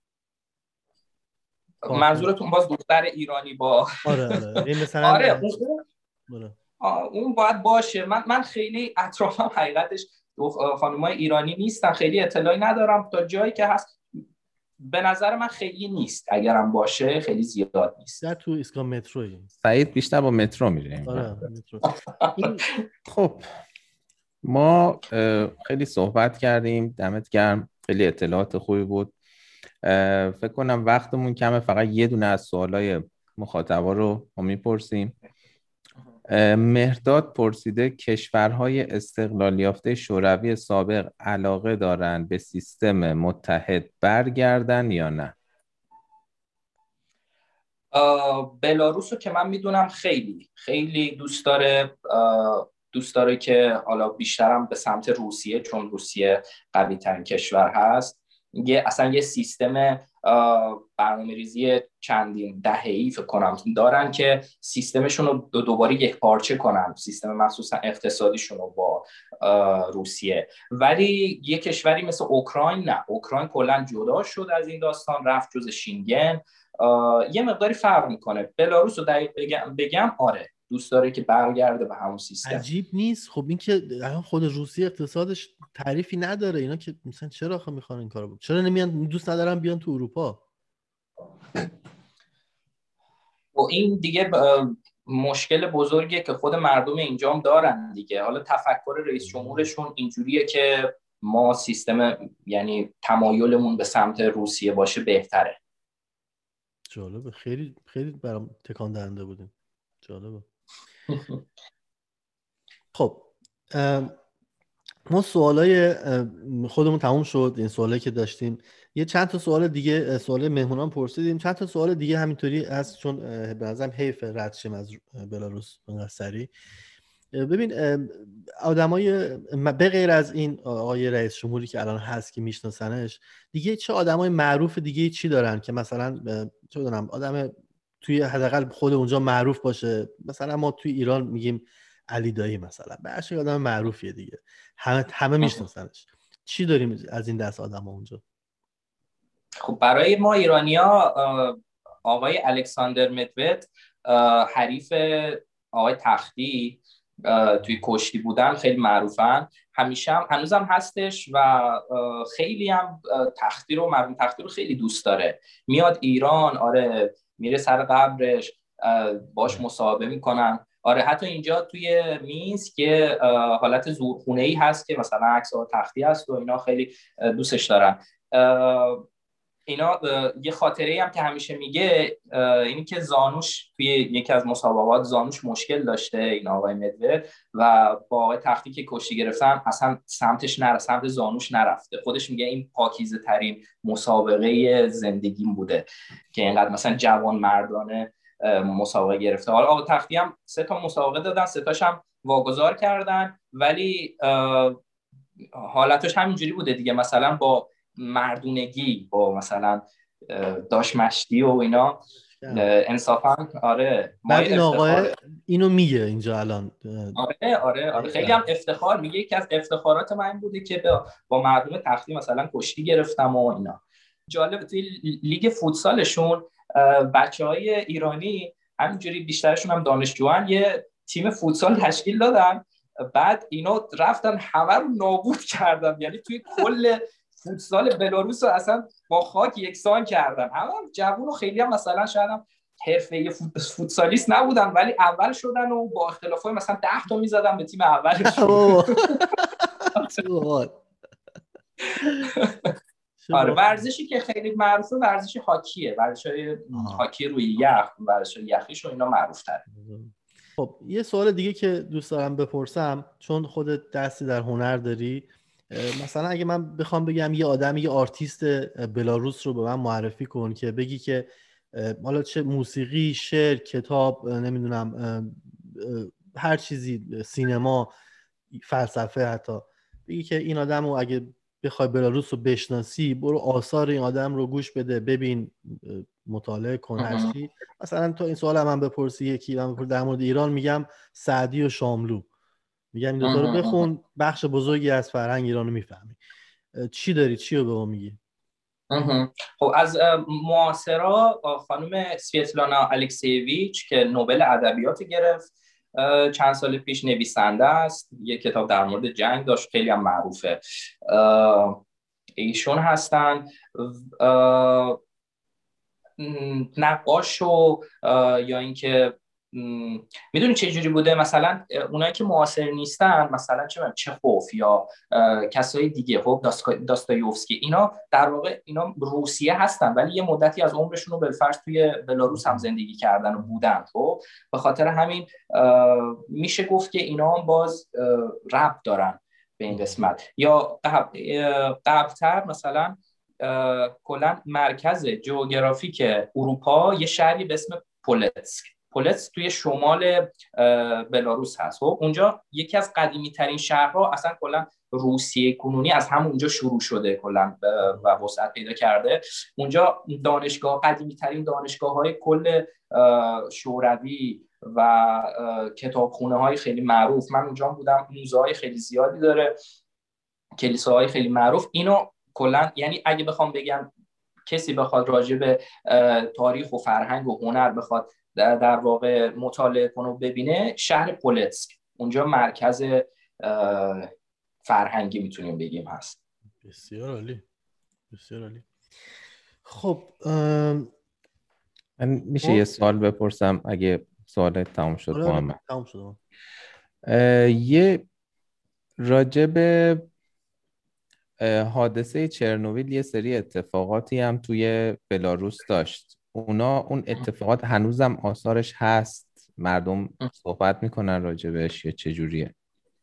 منظورتون باز دختر ایرانی با آره این مثلا آره اون باید باشه. من خیلی اطرافم حقیقتش خانمای ایرانی نیستن، خیلی اطلاعی ندارم. تا جایی که هست به نظر من خیلی نیست، اگرم باشه خیلی زیاد نیست. در تو ایستگاه مترویی. سعید بیشتر با مترو میره. آره مترو. خب ما خیلی صحبت کردیم، دمت گرم، خیلی اطلاعات خوبی بود. فکر کنم وقتمون کمه، فقط یه دونه از سوالای مخاطبا رو ما میپرسیم. مهرداد پرسیده کشورهای استقلال یافته شوروی سابق علاقه دارند به سیستم متحد برگردن یا نه؟ بلاروس رو که من میدونم خیلی دوست داره که حالا بیشترم به سمت روسیه، چون روسیه قوی ترین کشور هست، اصلا یه سیستم برنامه‌ریزی چندین دهه‌ای فکر کنم دارن که سیستمشون رو دوباره یک پارچه کنن، سیستم مخصوصا اقتصادیشون رو با روسیه. ولی یه کشوری مثل اوکراین نه، اوکراین کلا جدا شد از این داستان، رفت جز شینگن. یه مقداری فرق میکنه. بلاروس رو دقیق بگم آره دوست داره که برگرده به همون سیستم. عجیب نیست؟ خب این که خود روسیه اقتصادش تعریفی نداره، اینا که مثلا چرا آخه میخوان این کارو چرا نمیان، دوست ندارن بیان تو اروپا؟ و این دیگه مشکل بزرگیه که خود مردم اینجا هم دارن دیگه. حالا تفکر رئیس جمهورشون اینجوریه که ما سیستم، یعنی تمایلمون به سمت روسیه باشه بهتره. جالبه، خیلی خیلی برام تکان دهنده بودیم. جالبه. خب ما سوالای خودمون تموم شد، این سوالایی که داشتیم. یه چند تا سوال دیگه، سوال مهمونان پرسیدیم، چند تا سوال دیگه همینطوری هست چون به نظرم حیف رد شیم از بلاروس انقدر سریع. ببین آدمای به غیر از این آقای رئیس جمهوری که الان هست که میشناسنش، دیگه چه آدمای معروف دیگه چی دارن که مثلا چه بدونم آدم توی حداقل خود اونجا معروف باشه؟ مثلا ما توی ایران میگیم علی دایی مثلا، بهش آدم معروفیه دیگه، همه میشناسنش. چی داریم از این دست آدما اونجا؟ خب برای ما ایرانیا آقای الکساندر مدود حریف آقای تختی توی کشتی بودن خیلی معروفن، همیشه هم هنوزم هستش و خیلی هم مرحوم تختی رو خیلی دوست داره. میاد ایران، آره میره سر قبرش، باش مصاحبه میکنن. آره حتی اینجا توی مینسک که حالت زورخونه‌ای هست که مثلا عکس تختی هست و اینا خیلی دوستش دارن. اینا یه خاطره هم که همیشه میگه اینی که زانوش توی یکی از مسابقات زانوش مشکل داشته این آقای مدود و با آقای تختی که کشتی گرفتن اصلا سمت زانوش نرفته. خودش میگه این پاکیزه ترین مسابقه زندگیم بوده که اینقدر مثلا جوان مردانه مسابقه گرفته. حالا آقای تختی هم 3 تا مسابقه دادن، 3 تاش هم واگذار کردن، ولی حالتش همینجوری بوده دیگه، مثلا با مردونگی، با مثلا داش مشتی و اینا انصافا. آره بعد این آقای اینو میگه اینجا الان. آره خیلی هم افتخار میگه که از افتخارات من بوده که با مردم تختی مثلا کشتی گرفتم و اینا. جالب توی لیگ فوتسالشون بچهای ایرانی همینجوری بیشترشون هم دانشجوان یه تیم فوتسال تشکیل دادن، بعد اینا رفتن همه رو نابود کردن، یعنی توی کل فوتسال بلاروس رو اصلا با خاک یکسان کردن. همه جوون و خیلی هم مثلا شاید هم حرفه‌ای فوتسالیست نبودن ولی اول شدن و با اختلافای مثلا 10 تا میزدن به تیم اولشون. آره ورزشی که خیلی معروفه ورزش هاکیه، ورزش‌های هاکی روی یخ، ورزش یخیش و اینا معروف‌تره. خب یه سوال دیگه که دوست دارم بپرسم، چون خودت دستی در هنر داری، مثلا اگه من بخوام بگم یه آدم، یه آرتیست بلاروس رو به من معرفی کن که بگی که حالا چه موسیقی، شعر، کتاب، نمیدونم هر چیزی، سینما، فلسفه، حتی بگی که این آدم رو اگه بخوای بلاروس رو بشناسی برو آثار این آدم رو گوش بده، ببین، مطالعه کن، هر چی. مثلا تو این سوال من بپرسی یکی، من بپرسی در مورد ایران، میگم سعدی و شاملو، میگم این دوتا رو بخون، بخش بزرگی از فرهنگ ایران رو میفهمی. چی داری؟ چی رو به ما میگی؟ خب از معاصرا خانم سویتلانا الکسیویچ که نوبل ادبیات گرفت چند سال پیش، نویسنده است، یه کتاب در مورد جنگ داشت، خیلی هم معروفه. ایشون هستن. نقاش و یا اینکه میدونی چه جوری بوده، مثلا اونایی که معاصر نیستن، مثلا چخوف یا کسای دیگه، خب داستایوفسکی، اینا در واقع اینا روسیه هستن ولی یه مدتی از عمرشون رو بالفرض توی بلاروس هم زندگی کردن و بودن. خب به خاطر همین میشه گفت که اینا هم باز ربط دارن به این قسمت. یا قبل‌تر مثلا کلا مرکز جغرافیک اروپا یه شهری به اسم پولتسک توی شمال بلاروس هست. خب اونجا یکی از قدیمی ترین شهرها، اصلا کلا روسیه کنونی از همونجا شروع شده کلا و وسعت پیدا کرده. اونجا دانشگاه، قدیمی ترین دانشگاه های کل شوروی و کتابخونه های خیلی معروف، من اونجا بودم، موزه های خیلی زیادی داره، کلیساهای خیلی معروف. اینو کلا یعنی اگه بخوام بگم کسی بخواد راجع به تاریخ و فرهنگ و هنر بخواد در واقع مطالعه کنه و ببینه، شهر پولتسک اونجا مرکز فرهنگی میتونیم بگیم هست. بسیار عالی، بسیار عالی. خب من میشه یه سوال بپرسم اگه سوال تمام شد محمد؟ تمام شد. یه راجع به حادثه چرنوبیل یه سری اتفاقاتی هم توی بلاروس داشت. اون اتفاقات هنوزم آثارش هست؟ مردم صحبت میکنن راجع بهش یا چجوریه؟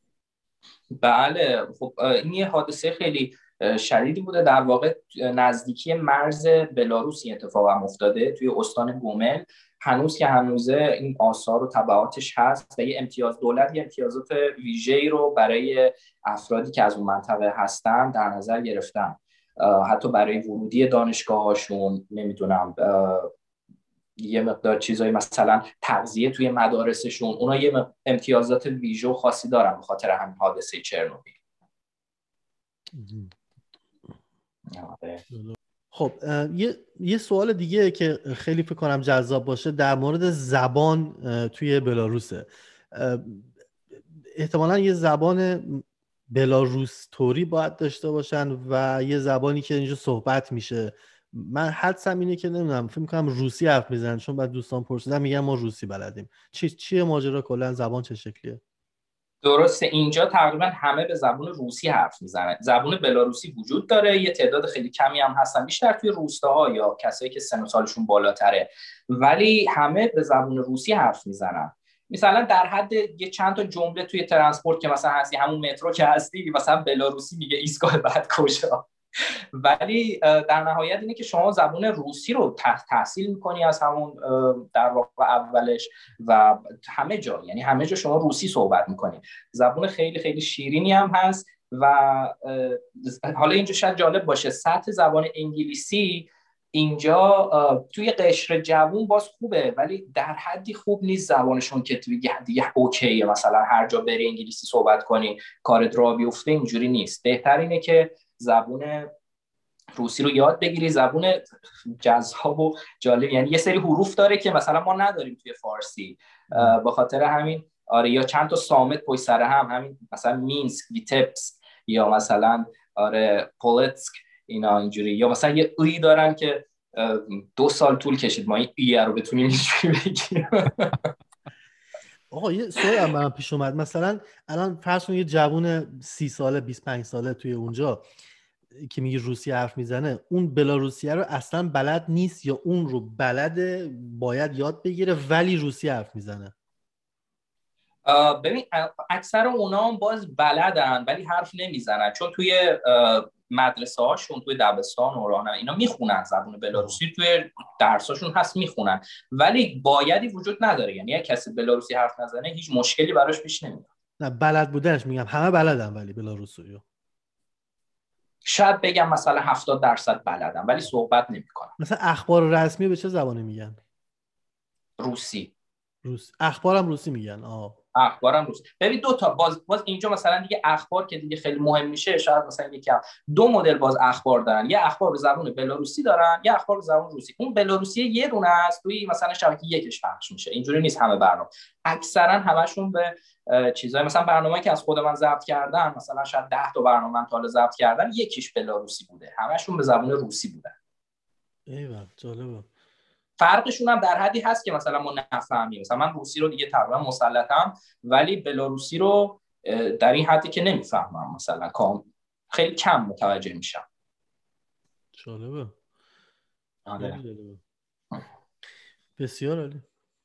بله، خب این یه حادثه خیلی شدیدی بوده. در واقع نزدیکی مرز بلاروس این اتفاق هم افتاده، توی استان گومل. هنوز که هنوزه این آثار و تبعاتش هست و یه دولت یه امتیازات ویژه‌ای رو برای افرادی که از اون منطقه هستن در نظر گرفتن، حتی برای ورودی دانشگاه‌هاشون، نمیدونم یه مقدار چیزایی مثلا تغذیه توی مدارسشون، اونا یه امتیازات ویژه و خاصی دارن به خاطر همین حادثه چرنوبیل. خب یه سوال دیگه که خیلی فکر کنم جذاب باشه در مورد زبان توی بلاروسه. احتمالاً یه زبان بلاروس توری باید داشته باشن و یه زبانی که اینجا صحبت میشه. من حدسم اینه که نمیدونم، فکر میکنم روسی حرف میزنن، چون بعد دوستان پرسیدن میگن ما روسی بلدیم. چیه ماجرا؟ کلا زبان چه شکلیه؟ درسته، اینجا تقریبا همه به زبان روسی حرف میزنن. زبان بلاروسی وجود داره، یه تعداد خیلی کمی هم هستن، بیشتر توی روستاها یا کسایی که سن و سالشون بالاتره، ولی همه به زبان روسی حرف میزنن. مثلا در حد یه چند تا جمله توی ترانسپورت که مثلا هستی، همون مترو که هستی، مثلا بلاروسی میگه ایستگاه بعد کجا. ولی در نهایت اینه که شما زبان روسی رو تحصیل میکنی از همون در واقع اولش و همه جا، یعنی همه جا شما روسی صحبت میکنی. زبان خیلی خیلی شیرینی هم هست. و حالا اینجا شاید جالب باشه، سطح زبان انگلیسی اینجا توی قشر جوون باز خوبه، ولی در حدی خوب نیست زبانشون که توی دیگه اوکیه مثلا هر جا بری انگلیسی صحبت کنی کارت راه بیفته. اینجوری نیست. بهتر اینه که زبان روسی رو یاد بگیری. زبان جذاب و جالب، یعنی یه سری حروف داره که مثلا ما نداریم توی فارسی. به خاطر همین آره، یا چند تا صامت پشت سر هم، همین مثلا مینسک، ویتبسک، یا مثلا آره پولتسک، اینا اینجوری. یا مثلا یه ای دارن که 2 سال طول کشید ما این ای رو بتونیم اینجوری بگیم. آقا یه سوال من پیش اومد، مثلا الان فرض کن یه جوون 30 ساله 25 ساله توی اونجا که میگه روسی حرف میزنه، اون بلاروسیه رو اصلا بلد نیست یا اون رو بلده، باید یاد بگیره ولی روسی حرف میزنه؟ ببین اکثر اونا هم باز بلدن ولی حرف نمیزنن، چون توی مدرسه هاشون توی دبستان و راهنمایی اینا میخونن زبان بلاروسی، توی درساشون هست میخونن، ولی بایدی وجود نداره. یعنی اگه کسی بلاروسی حرف نزنه هیچ مشکلی براش پیش نمیاد. نه بلد بودنش میگم، همه بلدن ولی بلاروسی شاید بگم مثلا 70% بلدن ولی صحبت نمیکنن. مثلا اخبار رسمی به چه زبانی میگن؟ روسی. اخبارم روسی میگن. اخبارم روسی. ببین دو تا باز اینجا مثلا دیگه اخبار که دیگه خیلی مهم میشه، شاید مثلا دو مدل باز اخبار دارن، یه اخبار به زبان بلاروسی دارن، یه اخبار به زبان روسی. اون بلاروسی یه دونه است، توی مثلا شبکه یکش پخش میشه. اینجوری نیست همه برنامه. اکثرا همشون به چیزای مثلا برنامه‌ای که از خود من ضبط کردم، مثلا شاید 10 تا برنامه من تا حالا ضبط کردم، یکیش بلاروسی بوده، همشون به زبان روسی بودن. ایول جالبه. فرقشون هم در حدی هست که مثلا ما نفهمیم. مثلا من روسی رو دیگه تقریبا مسلطم، ولی بلاروسی رو در این حدی که نمیفهمم، مثلا خیلی کم متوجه میشم. جالبه. آره. بسیار عالی.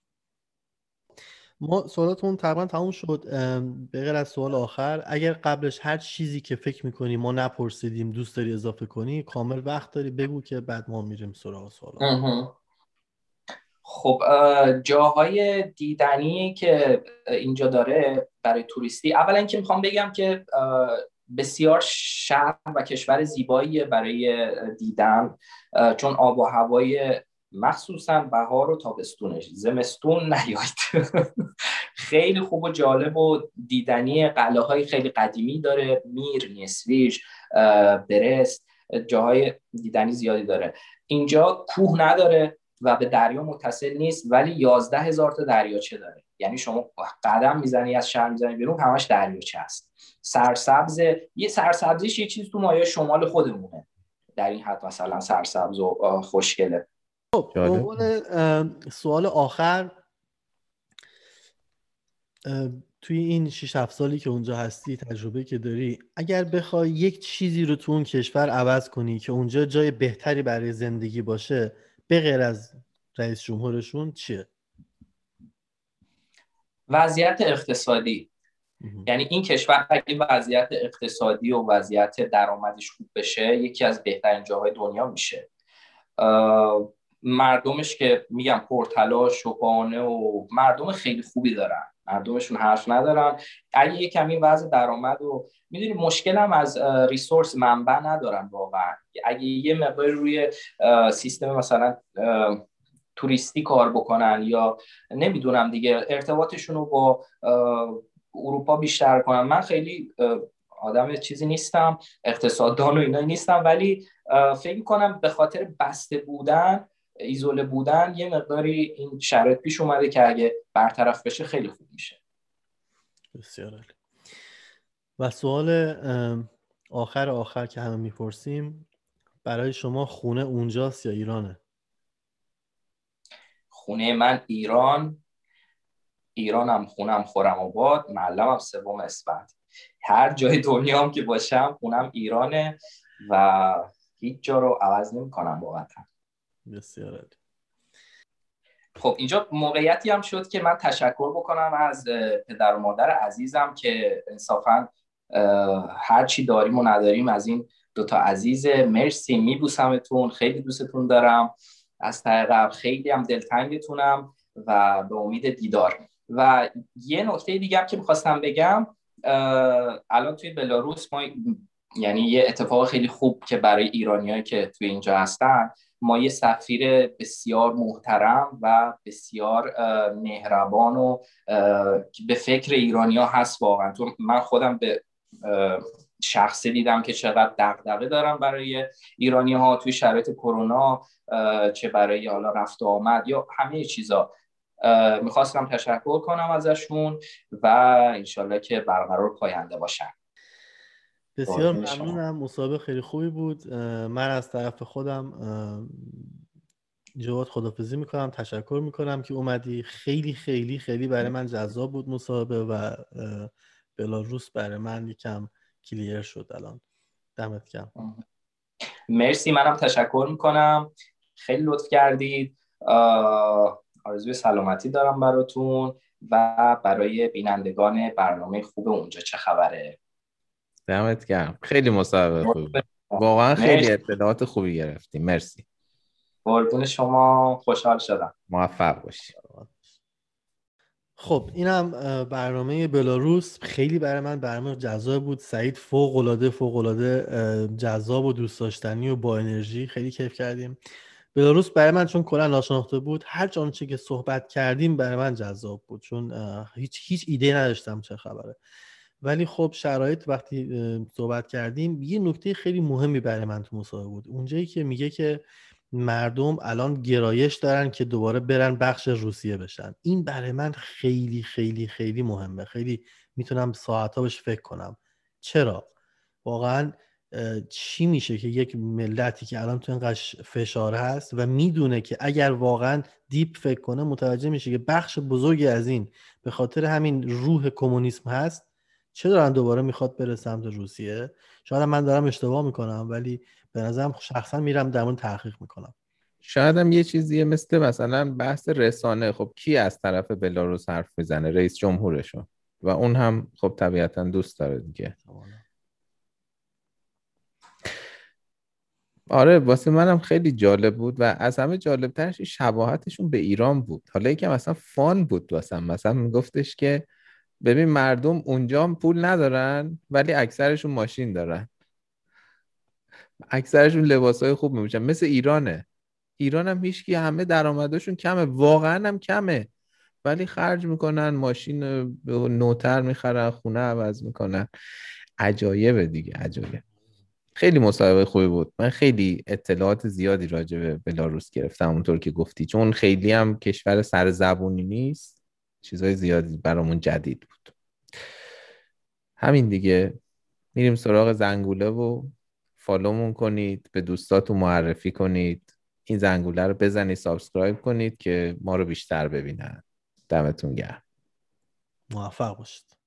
ما سوالاتمون تقریبا تموم شد. به غیر از سوال آخر، اگر قبلش هر چیزی که فکر میکنی ما نپرسیدیم دوست داری اضافه کنی، کامل وقت داری بگو که بعد ما میریم سراغ سوالات. خب جاهای دیدنی که اینجا داره برای توریستی، اولا که میخوام بگم که بسیار شهر و کشور زیباییه برای دیدن، چون آب و هوای مخصوصا بهار و تابستونش، زمستون نیاید. خیلی خوب و جالب و دیدنی. قلعه های خیلی قدیمی داره، میر، نیسویج، برست، جاهای دیدنی زیادی داره. اینجا کوه نداره و به دریا متصل نیست، ولی 11,000 تا دریاچه داره. یعنی شما قدم میزنی از شهر میزنی بیرون همش دریاچه است. سرسبز، یه سرسبزیش یه چیز تو مایه شمال خودمونه در این حد، مثلا سرسبز و خوشگله. خب به عنوان سوال آخر، توی این 6-7 سالی که اونجا هستی، تجربه که داری، اگر بخوای یک چیزی رو تو اون کشور عوض کنی که اونجا جای بهتری برای زندگی باشه به غیر از رئیس جمهورشون، چیه؟ وضعیت اقتصادی. یعنی این کشور اگه وضعیت اقتصادی و وضعیت درآمدش خوب بشه، یکی از بهترین جاهای دنیا میشه. مردمش که میگم پرتلاش و بانه و مردم خیلی خوبی دارن، مردمشون حرف ندارن. اگه یه کمی وضع درآمد و میدونی مشکل هم از ریسورس، منبع ندارن واقعا. اگه یه مقدار روی سیستم مثلا توریستی کار بکنن یا نمیدونم دیگه ارتباطشون رو با اروپا بیشتر کنن. من خیلی آدم چیزی نیستم، اقتصاددان و اینا نیستم، ولی فکر کنم به خاطر بسته بودن، ایزوله بودن، یه مقداری این شرایط پیش اومده که اگه برطرف بشه خیلی خوب میشه. بسیار عالی. و سوال آخر که همه میپرسیم، برای شما خونه اونجاست یا ایرانه؟ خونه من ایرانم، خونم خرم آباد، معلمم 3 اسفند. هر جای دنیا هم که باشم خونم ایرانه و هیچ جا رو عوض نمی‌کنم با وطن. بسیار عالی. خب اینجا موقعیتی هم شد که من تشکر بکنم از پدر و مادر عزیزم که انصافاً هر چی داریم و نداریم از این 2 عزیز. مرسی، میبوسمتون، خیلی دوستتون دارم از ته قلب، خیلی هم دلتنگتونم و به امید دیدار. و یه نکته دیگه هم که میخواستم بگم، الان توی بلاروس ما، یعنی یه اتفاق خیلی خوب که برای ایرانیایی که توی اینجا هستن، ما یه سفیر بسیار محترم و بسیار مهربان و به فکر ایرانیا هست واقعا. تو من خودم به شخصی دیدم که چقدر دغدغه دارن برای ایرانی‌ها توی شرایط کرونا، چه برای حالا رفت و آمد یا همه چیزا. میخواستم تشکر کنم ازشون و انشالله که برقرار پاینده باشن. بسیار ممنونم، مسابقه خیلی خوبی بود. من از طرف خودم جواد خداحافظی میکنم، تشکر میکنم که اومدی. خیلی خیلی خیلی برای من جذاب بود مسابقه و بلاروس برای من یکم کلیر شد الان. دمت گرم. مرسی، منم تشکر میکنم، خیلی لطف کردید. آرزوی سلامتی دارم براتون و برای بینندگان برنامه خوب اونجا چه خبره. دمت گرم، خیلی مسابقه خوبی، واقعا خیلی اطلاعات خوبی گرفتیم. مرسی. قربون شما، خوشحال شدم. موفق باشی. خب اینم برنامه بلاروس. خیلی برای من برنامه جذاب بود. سعید فوق العاده جذاب و دوست داشتنی و با انرژی، خیلی کیف کردیم. بلاروس برای من چون کلا ناشناخته بود، هر چه که صحبت کردیم برای من جذاب بود، چون هیچ ایده نداشتم چه خبره. ولی خب شرایط وقتی صحبت کردیم، یه نکته خیلی مهمی برای من تو مسابقه بود، اونجایی که میگه که مردم الان گرایش دارن که دوباره برن بخش روسیه بشن. این برای من خیلی خیلی خیلی مهمه. خیلی میتونم ساعت‌ها بهش فکر کنم. چرا؟ واقعا چی میشه که یک ملتی که الان تو اینقدر فشار هست و میدونه که اگر واقعا دیپ فکر کنه متوجه میشه که بخش بزرگی از این به خاطر همین روح کمونیسم هست، چه دارن دوباره میخواد بره سمت روسیه؟ شاید من دارم اشتباه میکنم، ولی به نظرم شخصا میرم در مورد تحقیق میکنم. شاید هم یه چیزیه مثلا بحث رسانه. خب کی از طرف بلاروس حرف میزنه؟ رئیس جمهورشون، و اون هم خب طبیعتا دوست داره دیگه. آره، واسه منم خیلی جالب بود و از همه جالبترش شباهتشون به ایران بود. حالا یکم مثلا فان بود واسم. مثلا میگفتش که ببین مردم اونجا هم پول ندارن ولی اکثرشون ماشین دارن، اکثرشون لباسای خوب میپوشن. مثل ایرانه. ایران هم هیچکی، همه درآمدشون کمه، واقعا هم کمه، ولی خرج میکنن، ماشین نوتر میخرن، خونه عوض میکنن. عجایبه دیگه، عجایب. خیلی مصاحبه خوبی بود. من خیلی اطلاعات زیادی راجع به بلاروس گرفتم اونطور که گفتی، چون خیلی هم کشور سرزبونی نیست، چیزای زیادی برامون جدید بود. همین دیگه، میریم سراغ زنگوله و فالومون کنید، به دوستاتون معرفی کنید، این زنگوله رو بزنید، سابسکرایب کنید که ما رو بیشتر ببینن. دمتون گرم. موفق باشید.